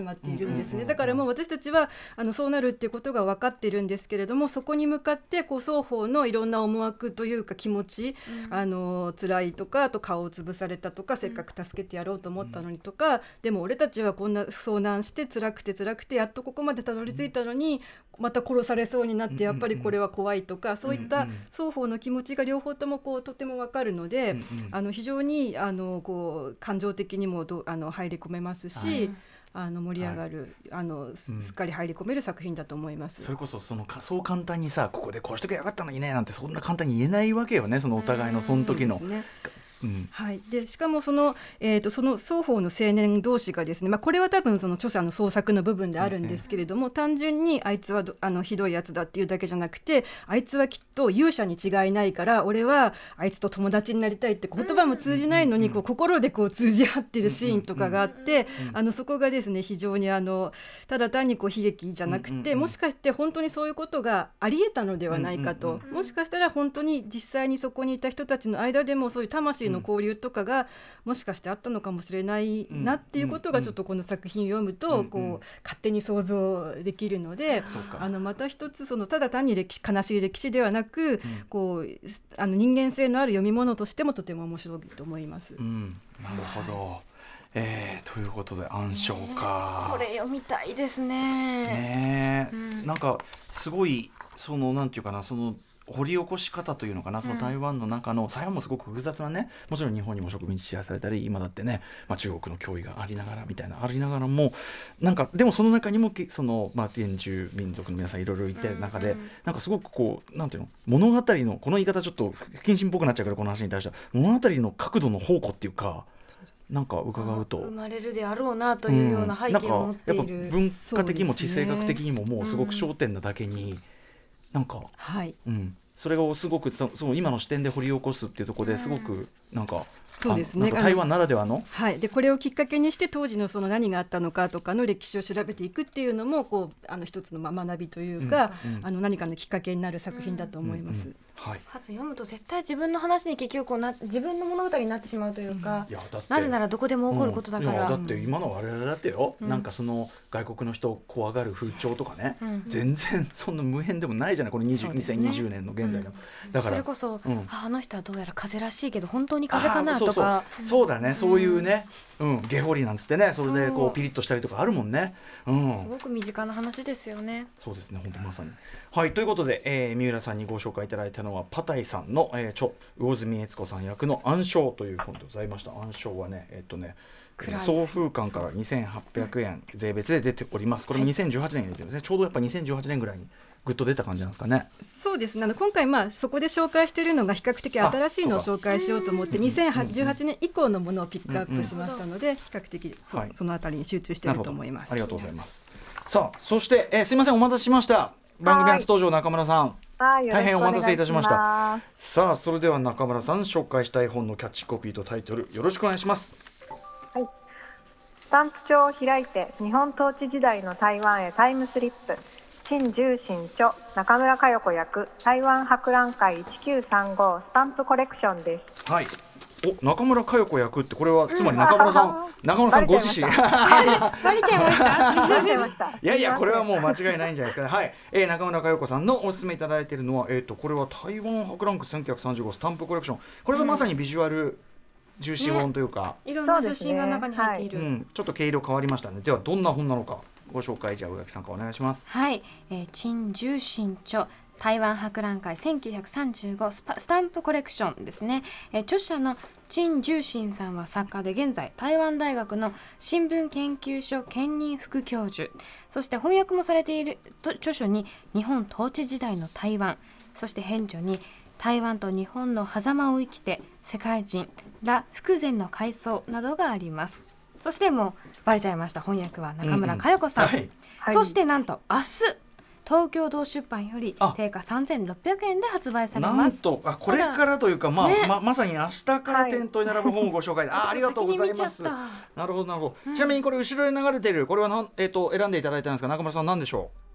まっているんですね。だからもう私たちはあのそうなるっていうことが分かっているんですけれども、そこに向かってこう双方のいろんな思惑というか気持ち、うん、あの辛いとか、あと顔を潰されたとか、せっかく助けてやろうと思ったのにとか、うん、でも俺たちはこんな遭難して辛くて辛くてやっとここまでたどり着いたのに、うん、また殺されそうになってやっぱりこれは怖いとか、うん、そういった双方の気持ちが両方ともこうとても分かるので、うん、あの非常にあのこう感情的にもどあの入り込めますし、はい、あの盛り上がる、はい、あの す, すっかり入り込める作品だと思います、 うん、それこそそのそう簡単にさ、ここでこうしとけばよかったのにねなんてそんな簡単に言えないわけよね、そのお互いのその時の、そうですね、うんはい、でしかもその、えーと、その双方の青年同士がですね、まあ、これは多分その著者の創作の部分であるんですけれども、うん、単純にあいつはあのひどいやつだっていうだけじゃなくて、あいつはきっと勇者に違いないから俺はあいつと友達になりたいって言葉も通じないのにこう心でこう通じ合ってるシーンとかがあって、あのそこがですね非常にあのただ単にこう悲劇じゃなくて、もしかして本当にそういうことがあり得たのではないかと、もしかしたら本当に実際にそこにいた人たちの間でもそういう魂の交流とかがもしかしてあったのかもしれないなっていうことがちょっとこの作品を読むとこう勝手に想像できるので、あのまた一つそのただ単に歴史悲しい歴史ではなく、こうあの人間性のある読み物としてもとても面白いと思います、 うん、なるほど、はい、えー、ということで暗唱か、 これ読みたいですね。 ね、うん、なんかすごいそのなんていうかな、その掘り起こし方というのかな、その台湾の中の、うん、台湾もすごく複雑なね、もちろん日本にも植民地支配されたり、今だってね、まあ、中国の脅威がありながらみたいなありながらも、なんかでもその中にもその、まあ、原住民族の皆さんいろいろいて中で、うんうん、なんかすごくこうなんていうの、物語のこの言い方ちょっと不謹慎っぽくなっちゃうからこの話に対しては物語の角度の宝庫っていうか、なんか伺うと生まれるであろうなというような背景を持っている、うん、 なんかやっぱ文化的にも地政学的にももうすごく焦点なだけに、うん、なんか、 はい、 うん、それをすごくその今の視点で掘り起こすっていうところですごくなんか、 そうですね、 台湾ならではの、 はい、でこれをきっかけにして当時のその何があったのかとかの歴史を調べていくっていうのもこうあの一つの学びというか、うんうん、あの何かのきっかけになる作品だと思います、うんうん、 はい、 かつ読むと絶対自分の話に結局こうな自分の物語になってしまうというか、うん、いやだってなぜならどこでも起こることだから、 うん、いやだって今の我々だってよ、うん、なんかその外国の人を怖がる風潮とかね、うん、全然そんな無縁でもないじゃない、このにじゅう、にせんにじゅうねんの現在でも、うん、だからそれこそ、うん、あの人はどうやら風らしいけど本当に風かなとか、 そうそう、そうだね、そういうね、うん、下掘りなんつってね、それでこうピリッとしたりとかあるもんね、うん、 すごく身近な話ですよね。 そうですね、本当まさに。はい、ということで、えー、三浦さんにご紹介いただいたのはパタイさんの、えー、著魚住悦子さん役の暗唱という本でございました。暗唱はね、えっとね送風館からにせんはっぴゃくえん税別で出ております。これもにせんじゅうはちねんに出てるんですね、はい、ちょうどやっぱにせんじゅうはちねんぐらいにグッと出た感じなんですかね。 そうですね、あの今回まあそこで紹介しているのが比較的新しいのを紹介しようと思ってにせんじゅうはちねん以降のものをピックアップしましたので、比較的 そ,、はい、そのあたりに集中していると思います。 ありがとうございます。さあそして、えー、すいませんお待たせしました。番組初登場中村さん、大変お待たせいたしました。さあそれでは中村さん紹介したい本のキャッチコピーとタイトルよろしくお願いします。 はい、スタンプ帳を開いて日本統治時代の台湾へタイムスリップ、陳重心著、中村佳代子役、台湾博覧会いちきゅうさんごスタンプコレクションです。 はい、お中村佳代子役ってこれはつまり中村さん、うん、中村さんご自身バレちゃいましたいやいやこれはもう間違いないんじゃないですかね。はい、えー、中村佳代子さんのおすすめいただいているのは、えー、とこれは台湾博覧会せんきゅうひゃくさんじゅうごスタンプコレクション、これぞまさにビジュアル重視本というか、 ね、いろんな写真が中に入っている、 ね、はい、うん、ちょっと毛色変わりましたね。ではどんな本なのかご紹介、じゃあ宇垣さんからお願いします。 はい、えー、陳重心著台湾博覧会せんきゅうひゃくさんじゅうご ス, スタンプコレクションですね、えー、著者の陳重心さんは作家で現在台湾大学の新聞研究所兼任副教授、そして翻訳もされている著書に日本統治時代の台湾、そして編著に台湾と日本の狭間を生きて世界人ら福前の回想などがあります。そしてもうバレちゃいました、翻訳は中村佳代子さん、うんうん、はい、そしてなんと明日東京堂出版より定価さんぜんろっぴゃくえんで発売されます。 なんとあこれからというか、まあね、ま, まさに明日から店頭に並ぶ本をご紹介で、はい、あ, ありがとうございます。なるほどなるほど、うん、ちなみにこれ後ろに流れているこれはなん、えー、と選んでいただいたんですが中村さん何でしょう。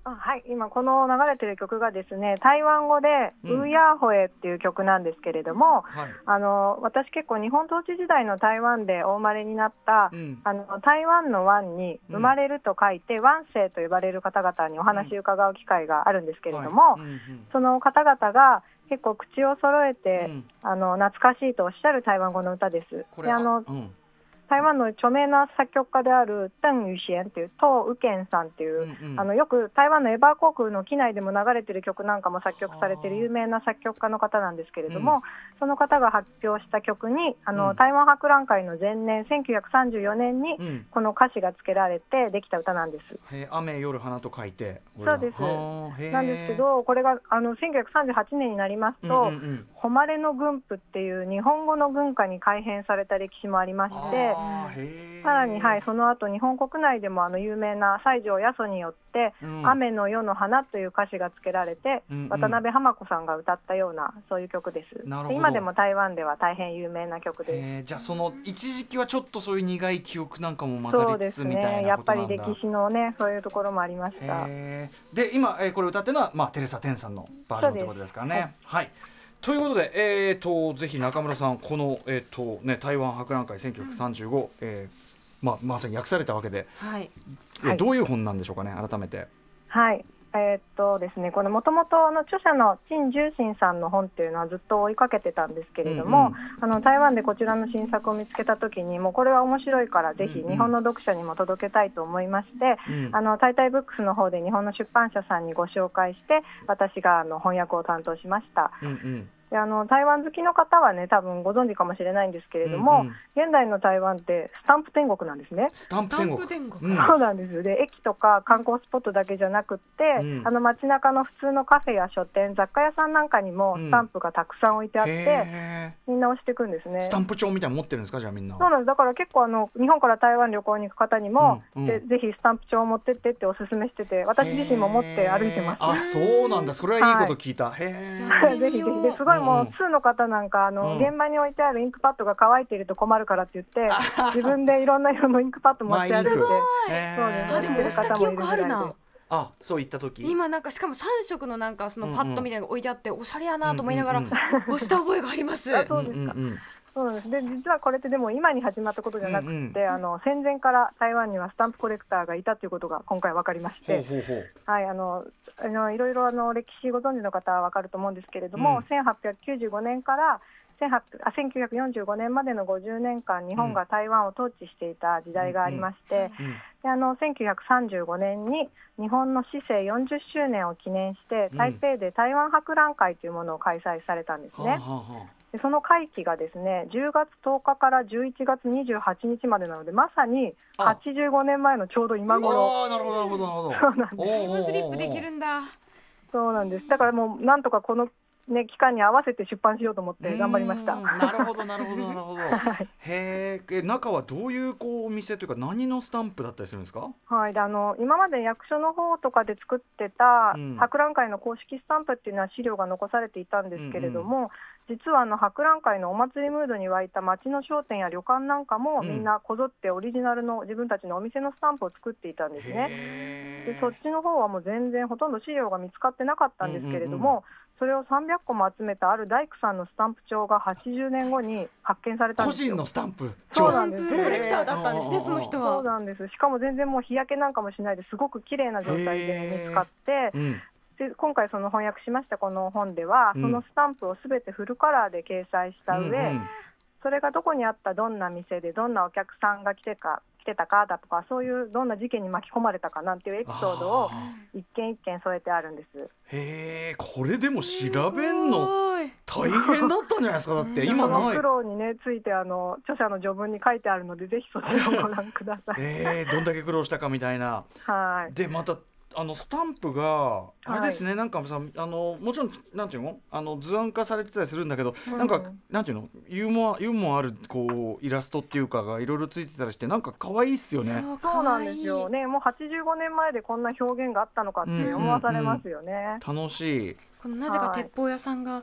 あはい、今この流れてる曲がですね、台湾語でうんウーヤーホエっていう曲なんですけれども、 はいあの私結構日本統治時代の台湾でお生まれになった、 うんあの台湾の湾に生まれると書いて、湾生と呼ばれる方々にお話を伺う機会があるんですけれども、 はいうんうんその方々が結構口を揃えて、 うんあの懐かしいとおっしゃる台湾語の歌です。 これであのうん台湾の著名な作曲家である鄧宇賢という鄧宇賢さんという、 うんうんあのよく台湾のエバー航空の機内でも流れている曲なんかも作曲されている有名な作曲家の方なんですけれども、 うんその方が発表した曲にあの、 うん台湾博覧会の前年せんきゅうひゃくさんじゅうよねんにうんこの歌詞が付けられてできた歌なんです。 へー雨夜花と書いてそうですはーへーなんですけど、これがあのせんきゅうひゃくさんじゅうはちねんになりますと、 うんうんうん誉れの軍譜っていう日本語の軍歌に改編された歴史もありまして、 あーへーさらに、はい、その後日本国内でもあの有名な西条八十によって、 うん雨の夜の花という歌詞が付けられて、 うんうん渡辺浜子さんが歌ったようなそういう曲です。 なるほどで今でも台湾では大変有名な曲です。 へーじゃあその一時期はちょっとそういう苦い記憶なんかも混ざりそうですつつみたいね、やっぱなことなんだ。 り歴史のねそういうところもありました。 へーで今、えーこれ歌ってるのは、まあ、テレサ・テンさんのバージョンということですからね。はいということで、えー、とぜひ中村さんこの、えーとね、台湾博覧会せんきゅうひゃくさんじゅうご、えーまあ、まさに訳されたわけで、 はいえはいどういう本なんでしょうかね改めて。 はいえーっとですね、このもともとの著者の陳重心さんの本っていうのはずっと追いかけてたんですけれども、 うんあの台湾でこちらの新作を見つけた時にもうこれは面白いからぜひうんうん日本の読者にも届けたいと思いまして、 うんあのタイタイブックスの方で日本の出版社さんにご紹介して私があの翻訳を担当しました。 うんうんであの台湾好きの方はね多分ご存知かもしれないんですけれども、 うんうん現代の台湾ってスタンプ天国なんですね。 スタンプ天国スタンプ天国うんそうなんですで駅とか観光スポットだけじゃなくって、 うんあの街中の普通のカフェや書店雑貨屋さんなんかにもうんスタンプがたくさん置いてあって、 へみんな押していくんですね。 ースタンプ帳みたいなの持ってるんですかじゃあみんな。 そうなんですだから結構あの日本から台湾旅行に行く方にも、 うんうんでぜひスタンプ帳を持ってってっておすすめしてて私自身も持って歩いてます。 へーあそうなんだそれはいいこと聞いた。へーぜひぜひですごいもう通の方なんかあの、 うん現場に置いてあるインクパッドが乾いていると困るからって言って自分でいろんな色のインクパッド持って歩いてて、 マイインクそうへーですあでも押した記憶あるな。 あそう言った時今なんかしかもさん色のなんかそのパッドみたいなのが置いてあっておしゃれやなと思いながらうんうん押した覚えがあります。 あそうですか、 んんんそうなんですで実はこれってでも今に始まったことじゃなくて、 うんうんあの戦前から台湾にはスタンプコレクターがいたということが今回分かりましほうて、 ほうほうはい、あのあのいろいろあの歴史ご存知の方は分かると思うんですけれども、 うんせんはっぴゃくきゅうじゅうごねんからせんはっぴゃくあせんきゅうひゃくよんじゅうごねんまでのごじゅうねんかん日本が台湾を統治していた時代がありまして、 うんであのせんきゅうひゃくさんじゅうごねんに日本の市政よんじゅっしゅうねんを記念してうん台北で台湾博覧会というものを開催されたんですね。 はあはあはでその会期がですねじゅうがつとおかからじゅういちがつにじゅうはちにちまでなのでまさにあはちじゅうごねんまえのちょうど今頃。 あーなるほどなるほどなるほど。 そうなんですおータイムスリップできるんだ。 そうなんですだからもうなんとかこの、ね、期間に合わせて出版しようと思って頑張りました。 うーんなるほどなるほどなるほど。へーえ中はどういうこうお店というか何のスタンプだったりするんですか。 はい、であの今まで役所の方とかで作ってたうん博覧会の公式スタンプっていうのは資料が残されていたんですけれども、実はあの博覧会のお祭りムードに沸いた町の商店や旅館なんかも、 うんみんなこぞってオリジナルの自分たちのお店のスタンプを作っていたんですね。 へーでそっちの方はもう全然ほとんど資料が見つかってなかったんですけれども、 うんうんそれをさんびゃっこも集めたある大工さんのスタンプ帳がはちじゅうねんごに発見されたん個ですよ。 人のスタンプ。 そうスタンプなんですコレクターだったんですねその人は。 そうなんですしかも全然もう日焼けなんかもしないですごく綺麗な状態で見つかってうんで今回その翻訳しましたこの本では、 うんそのスタンプをすべてフルカラーで掲載した上、 うんうんそれがどこにあったどんな店でどんなお客さんが来てか来てたかだとかそういうどんな事件に巻き込まれたかなんていうエピソードをあ一件一件添えてあるんです。 ーへえこれでも調べんのすごい大変だったんじゃないですかだって今ないその苦。労にねついてあの著者の序文に書いてあるのでぜひそちらをご覧ください。 えー、どんだけ苦労したかみたいな。 はい。 でまたあのスタンプがあれですね、なんかさあのもちろんなんていうのあの図案化されてたりするんだけど、 うんなんかなんていうのユーモアユーモアあるこうイラストっていうかがいろいろついてたりしてなんか可愛いっすよね。 そうそうなんです可愛いよね。もうはちじゅうごねんまえでこんな表現があったのかって思わされますよね。 楽しい。 このなぜか鉄砲屋さんが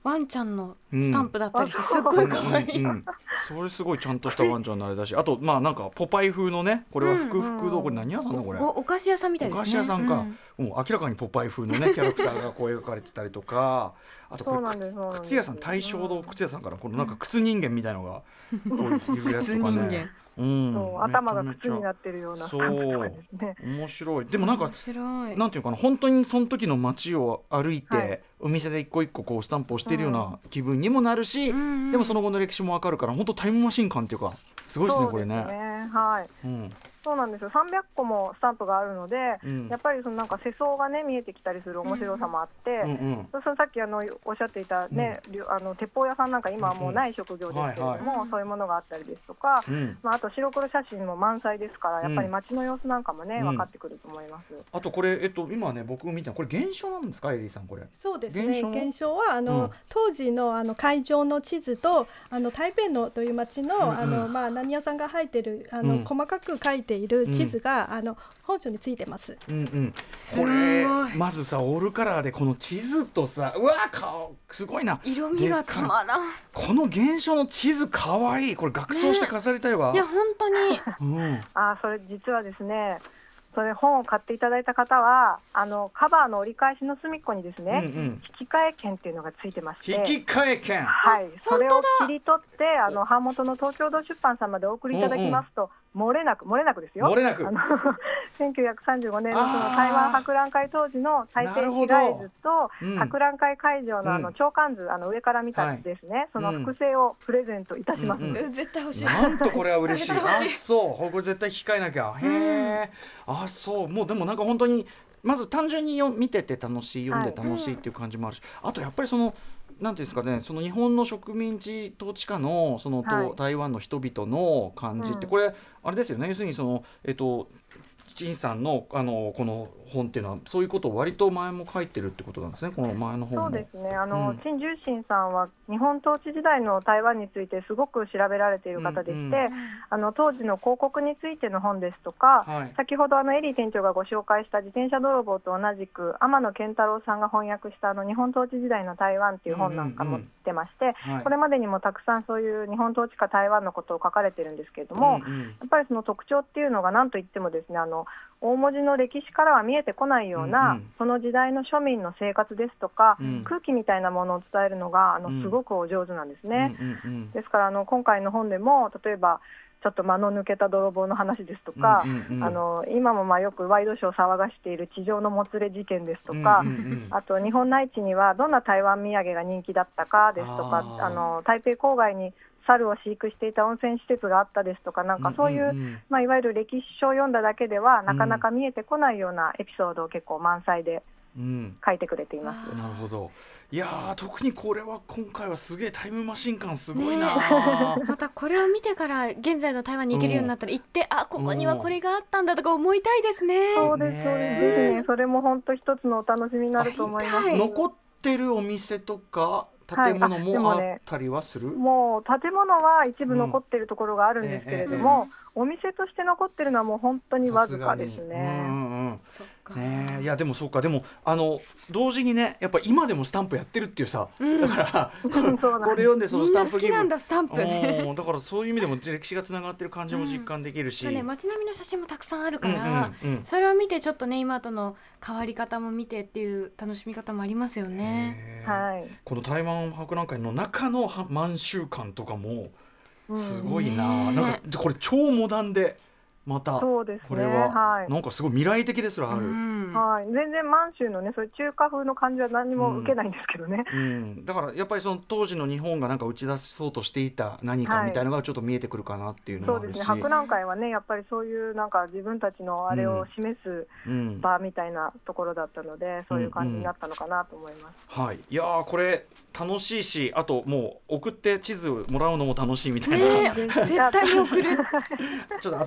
ワンちゃんのスタンプだったりしてすっごい可愛い、 うんうん、それすごいちゃんとしたワンちゃんのあれだしあとまあなんかポパイ風のねこれはふくふくどこれ何屋さんだこれお, お菓子屋さんみたいですね。 お菓子屋さんか、うん、もう明らかにポパイ風のねキャラクターがこう描かれてたりとかあとこれ靴屋さん大正堂靴屋さんからこのなんか靴人間みたいのがこういるやつとかねうん、そう頭が靴になってるようなスタンプとかですね。 面白い。でもなんかなんていうかな本当にその時の街を歩いて、はい、お店で一個一個こうスタンプをしているような気分にもなるし、うん、でもその後の歴史もわかるから本当タイムマシン感っていうかすごいですねこれね。 そうですねはい。うんそうなんですよさんびゃっこもスタンプがあるので、うん、やっぱりそのなんか世相がね見えてきたりする面白さもあって、うんうん、そのさっきあのおっしゃっていたね、うん、あの鉄砲屋さんなんか今はもうない職業ですけれども、うんはいはい、そういうものがあったりですとか、うんまあ、あと白黒写真も満載ですからやっぱり街の様子なんかもね、うん、分かってくると思います。 あとこれ、えっと、今ね僕見たこれ現象なんですかエリーさんこれ。 そうですね現象はあの、うん、当時 の, あの会場の地図とあの台北のという街 の,、うんうんあのまあ、何屋さんが入ってるあの、うん、細かく書いている地図が、うんあの本書についてます、 うんうん、これまずさオールカラーでこの地図とさうわ顔すごいな色味がたまらんこの現象の地図かわいいこれ額装して飾りたいわ、 ね、いや本当に、 うん、あそれ実はですねそれ本を買っていただいた方はあのカバーの折り返しの隅っこにですね、うんうん、引き換え券っていうのがついてまして引き換え券はいそれを切り取ってあの版元の東京堂出版さんまでお送りいただきますと、うんうん漏れなく漏れなくですよ漏れなくあのせんきゅうひゃくさんじゅうごねん の, その台湾博覧会当時の台北市街図と、うん、博覧会会場 の, あの長官図、うん、あの上から見たですね、はい、その複製をプレゼントいたします、うんうん、絶対欲しいなんとこれは嬉しいあそうこれ絶対引き換えなきゃへえ、うん、あそうもうでもなんか本当にまず単純に見てて楽しい読んで楽しいっていう感じもあるし、はい、あとやっぱりそのなんていうんですかね、その日本の植民地統治下のその、はい、台湾の人々の感じって、うん、これあれですよね要するにそのえっと陳さん の, あのこの本っていうのはそういうことを割と前も書いてるってことなんですねこの前の本も。 そうですねあの、うん、陳重心さんは日本統治時代の台湾についてすごく調べられている方でして、うんうん、あの当時の広告についての本ですとか、はい、先ほどあのエリー店長がご紹介した自転車泥棒と同じく天野健太郎さんが翻訳したあの日本統治時代の台湾っていう本なんかも出まして、うんうんうん、これまでにもたくさんそういう日本統治下台湾のことを書かれてるんですけれども、うんうん、やっぱりその特徴っていうのが何といってもですねあの大文字の歴史からは見えてこないような、うんうん、その時代の庶民の生活ですとか、うん、空気みたいなものを伝えるのがあのすごくお上手なんですね、うんうんうん、ですからあの今回の本でも例えばちょっと間の抜けた泥棒の話ですとか、うんうんうん、あの今もまあよくワイドショーを騒がしている地上のもつれ事件ですとか、うんうんうん、あと日本内地にはどんな台湾土産が人気だったかですとかあの台北郊外に猿を飼育していた温泉施設があったですとかなんかそういう、うんうんうんまあ、いわゆる歴史書を読んだだけではなかなか見えてこないようなエピソードを結構満載で書いてくれています、 うん、なるほどいや特にこれは今回はすげえタイムマシン感すごいな、 ね、またこれを見てから現在の台湾に行けるようになったら行って、うん、あここにはこれがあったんだとか思いたいですね。 そうですそうですぜひねそれも本当一つのお楽しみになると思います。 残ってるお店とか建物もあったりはする、 はいね、もう建物は一部残っているところがあるんですけれども、うんええ、お店として残っているのはもう本当にわずかですね。うんうんそっかねいやでもそうかでもあの同時にねやっぱ今でもスタンプやってるっていうさ、うん、だからこれ読んでそのスタンプみんな好きなんだスタンプねだからそういう意味でも歴史がつながってる感じも実感できるし、 うんね、街並みの写真もたくさんあるから、うんうんうん、それを見てちょっとね今との変わり方も見てっていう楽しみ方もありますよね。 はい、 この台湾博覧会の中の満州館とかもすごいな、うん、なんかこれ超モダンでまたこれは、はい、なんかすごい未来的ですらある、うんはい、全然満州のねそういう中華風の感じは何も受けないんですけどね、 うんうん、だからやっぱりその当時の日本がなんか打ち出そうとしていた何かみたいなのがちょっと見えてくるかなっていうのもあるし、 はい、そうですね博覧会はねやっぱりそういうなんか自分たちのあれを示す場みたいなところだったので、うん、そういう感じになったのかなと思います、 うんうんはい、いやーこれ楽しいしあともう送って地図もらうのも楽しいみたいな、 ね、絶対に送るちょっとアトラクション感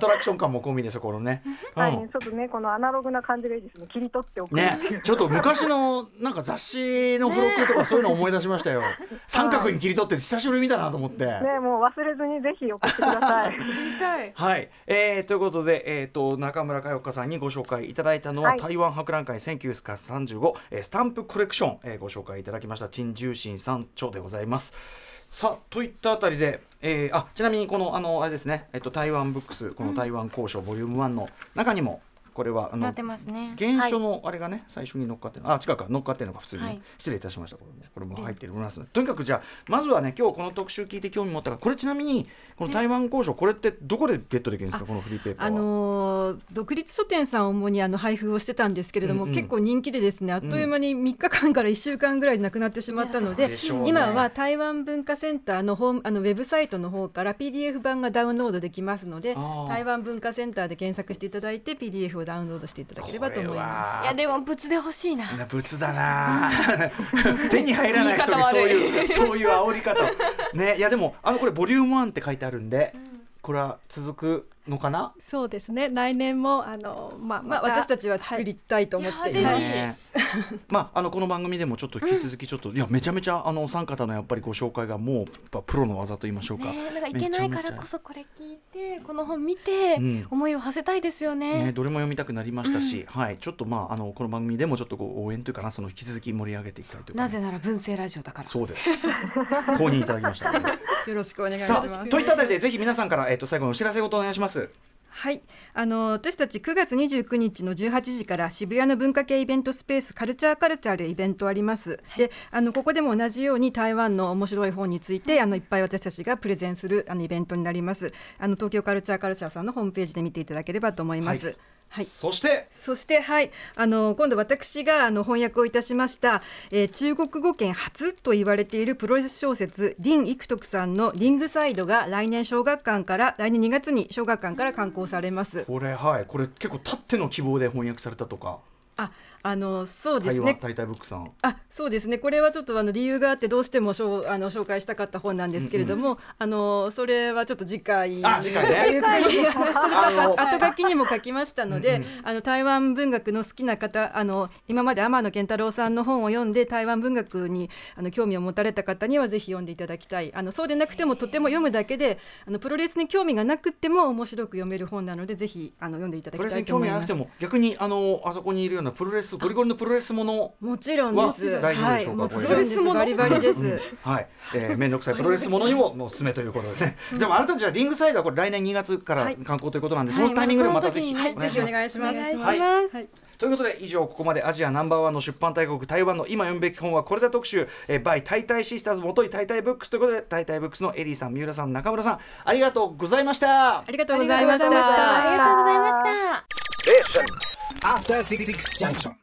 感も込みですよこのね、 はい、うん、ちょっとねこのアナログな感じがいいですね。切り取っておくね、ちょっと昔のなんか雑誌の付録とかそういうの思い出しましたよ三角に切り取って久しぶり見たなと思ってね、 もう忘れずにぜひ送ってくださいはい、えー、ということで、えー、と中村佳代子さんにご紹介いただいたのは、はい、台湾博覧会せんきゅうひゃくさんじゅうご、えー、スタンプコレクション、えー、ご紹介いただきました陳重心さん著でございます。さあといったあたりで、えー、あちなみにこのあのあれですね、えっと、台湾ブックスこの台湾交渉ボリュームワンの中にもこれはあのなってますね。 原書のあれがね、はい、最初に乗っかってるあ違うか乗っかってるのが普通に、ね、はい、失礼いたしましたこれもこれも入ってるますので、とにかくじゃあまずはね今日この特集聞いて興味持ったからこれちなみにこの台湾交渉これってどこでゲットできるんですかこのフリーペーパーは。 あのー、独立書店さんを主にあの配布をしてたんですけれども、うんうん、結構人気でですねあっという間にみっかかんからいっしゅうかんぐらいでなくなってしまったので、うん、今は台湾文化センターのホームあのウェブサイトの方から ピーディーエフ 版がダウンロードできますので台湾文化センターで検索していただいて ピーディーエフ をダウンロードしていただければと思います。 いやでも物で欲しいな。 物だな手に入らない人にそういうそういう煽り方ね。いやでもあのこれボリュームワンって書いてあるんで、うん、これは続くのかな。 そうですね来年もあの、まあまあ、私たちは作りたいと思っています、はいねまあ、あのこの番組でもちょっと引き続きちょっと、うん、いやめちゃめちゃあのお三方のやっぱりご紹介がもうプロの技と言いましょうか、 ね、なんかいけないからこそこれ聞いてこの本見て、うん、思いを馳せたいですよ ね, ねどれも読みたくなりましたし、うんはい、ちょっとまああのこの番組でもちょっとこう応援というかなその引き続き盛り上げていきたいというか、ね、 なぜなら文政ラジオだからそうです公認いただきました、ね、 よろしくお願いします。 といったあたりでぜひ皆さんから、えー、と最後のお知らせごとお願いします。 はい、あの私たちくがつにじゅうくにちのじゅうはちじから渋谷の文化系イベントスペースカルチャーカルチャーでイベントあります、はい、であのここでも同じように台湾の面白い本についてあのいっぱい私たちがプレゼンするあのイベントになります。あの東京カルチャーカルチャーさんのホームページで見ていただければと思います、はいはい、 そしてそして、はい、あの今度私があの翻訳をいたしました、えー、中国語圏初と言われているプロレス小説林育徳さんのリングサイドが来年小学館から来年にがつに小学館から刊行されます。 これ、はい、これ結構たっての希望で翻訳されたとか。 ああのそうですね台湾ブックさんあそうですねこれはちょっとあの理由があってどうしてもしょうあの紹介したかった本なんですけれども、うんうん、あのそれはちょっと次回あ次回ねそれと後書きにも書きましたので、うんうん、あの台湾文学の好きな方あの今まで天野健太郎さんの本を読んで台湾文学にあの興味を持たれた方にはぜひ読んでいただきたい。あのそうでなくてもとても読むだけであのプロレスに興味がなくても面白く読める本なのでぜひあの読んでいただきたいと思います。 プロレスに興味なくても逆にあのあそこにいるようなプロレスゴリゴリのプロレスものもちろんです大丈夫でしょうか、 はい、もちろんですバリバリです、うんはいえー、めんどくさいプロレスものにももうおすすめということでねじゃああなたじゃあリングサイドはこれ来年にがつから刊行ということなんで、はい、そのタイミングでまたぜひ、 はい、ぜひお願いします。 はいはいということで以上ここまでアジアナンバーワンの出版大国台湾の今読むべき本はこれだ特集、えー、by タイタイシスターズもといタイタイブックスということでタイタイブックスのエリーさん三浦さん中村さんありがとうございました。 ありがとうございました。 ありがとうございました。 After Six Junction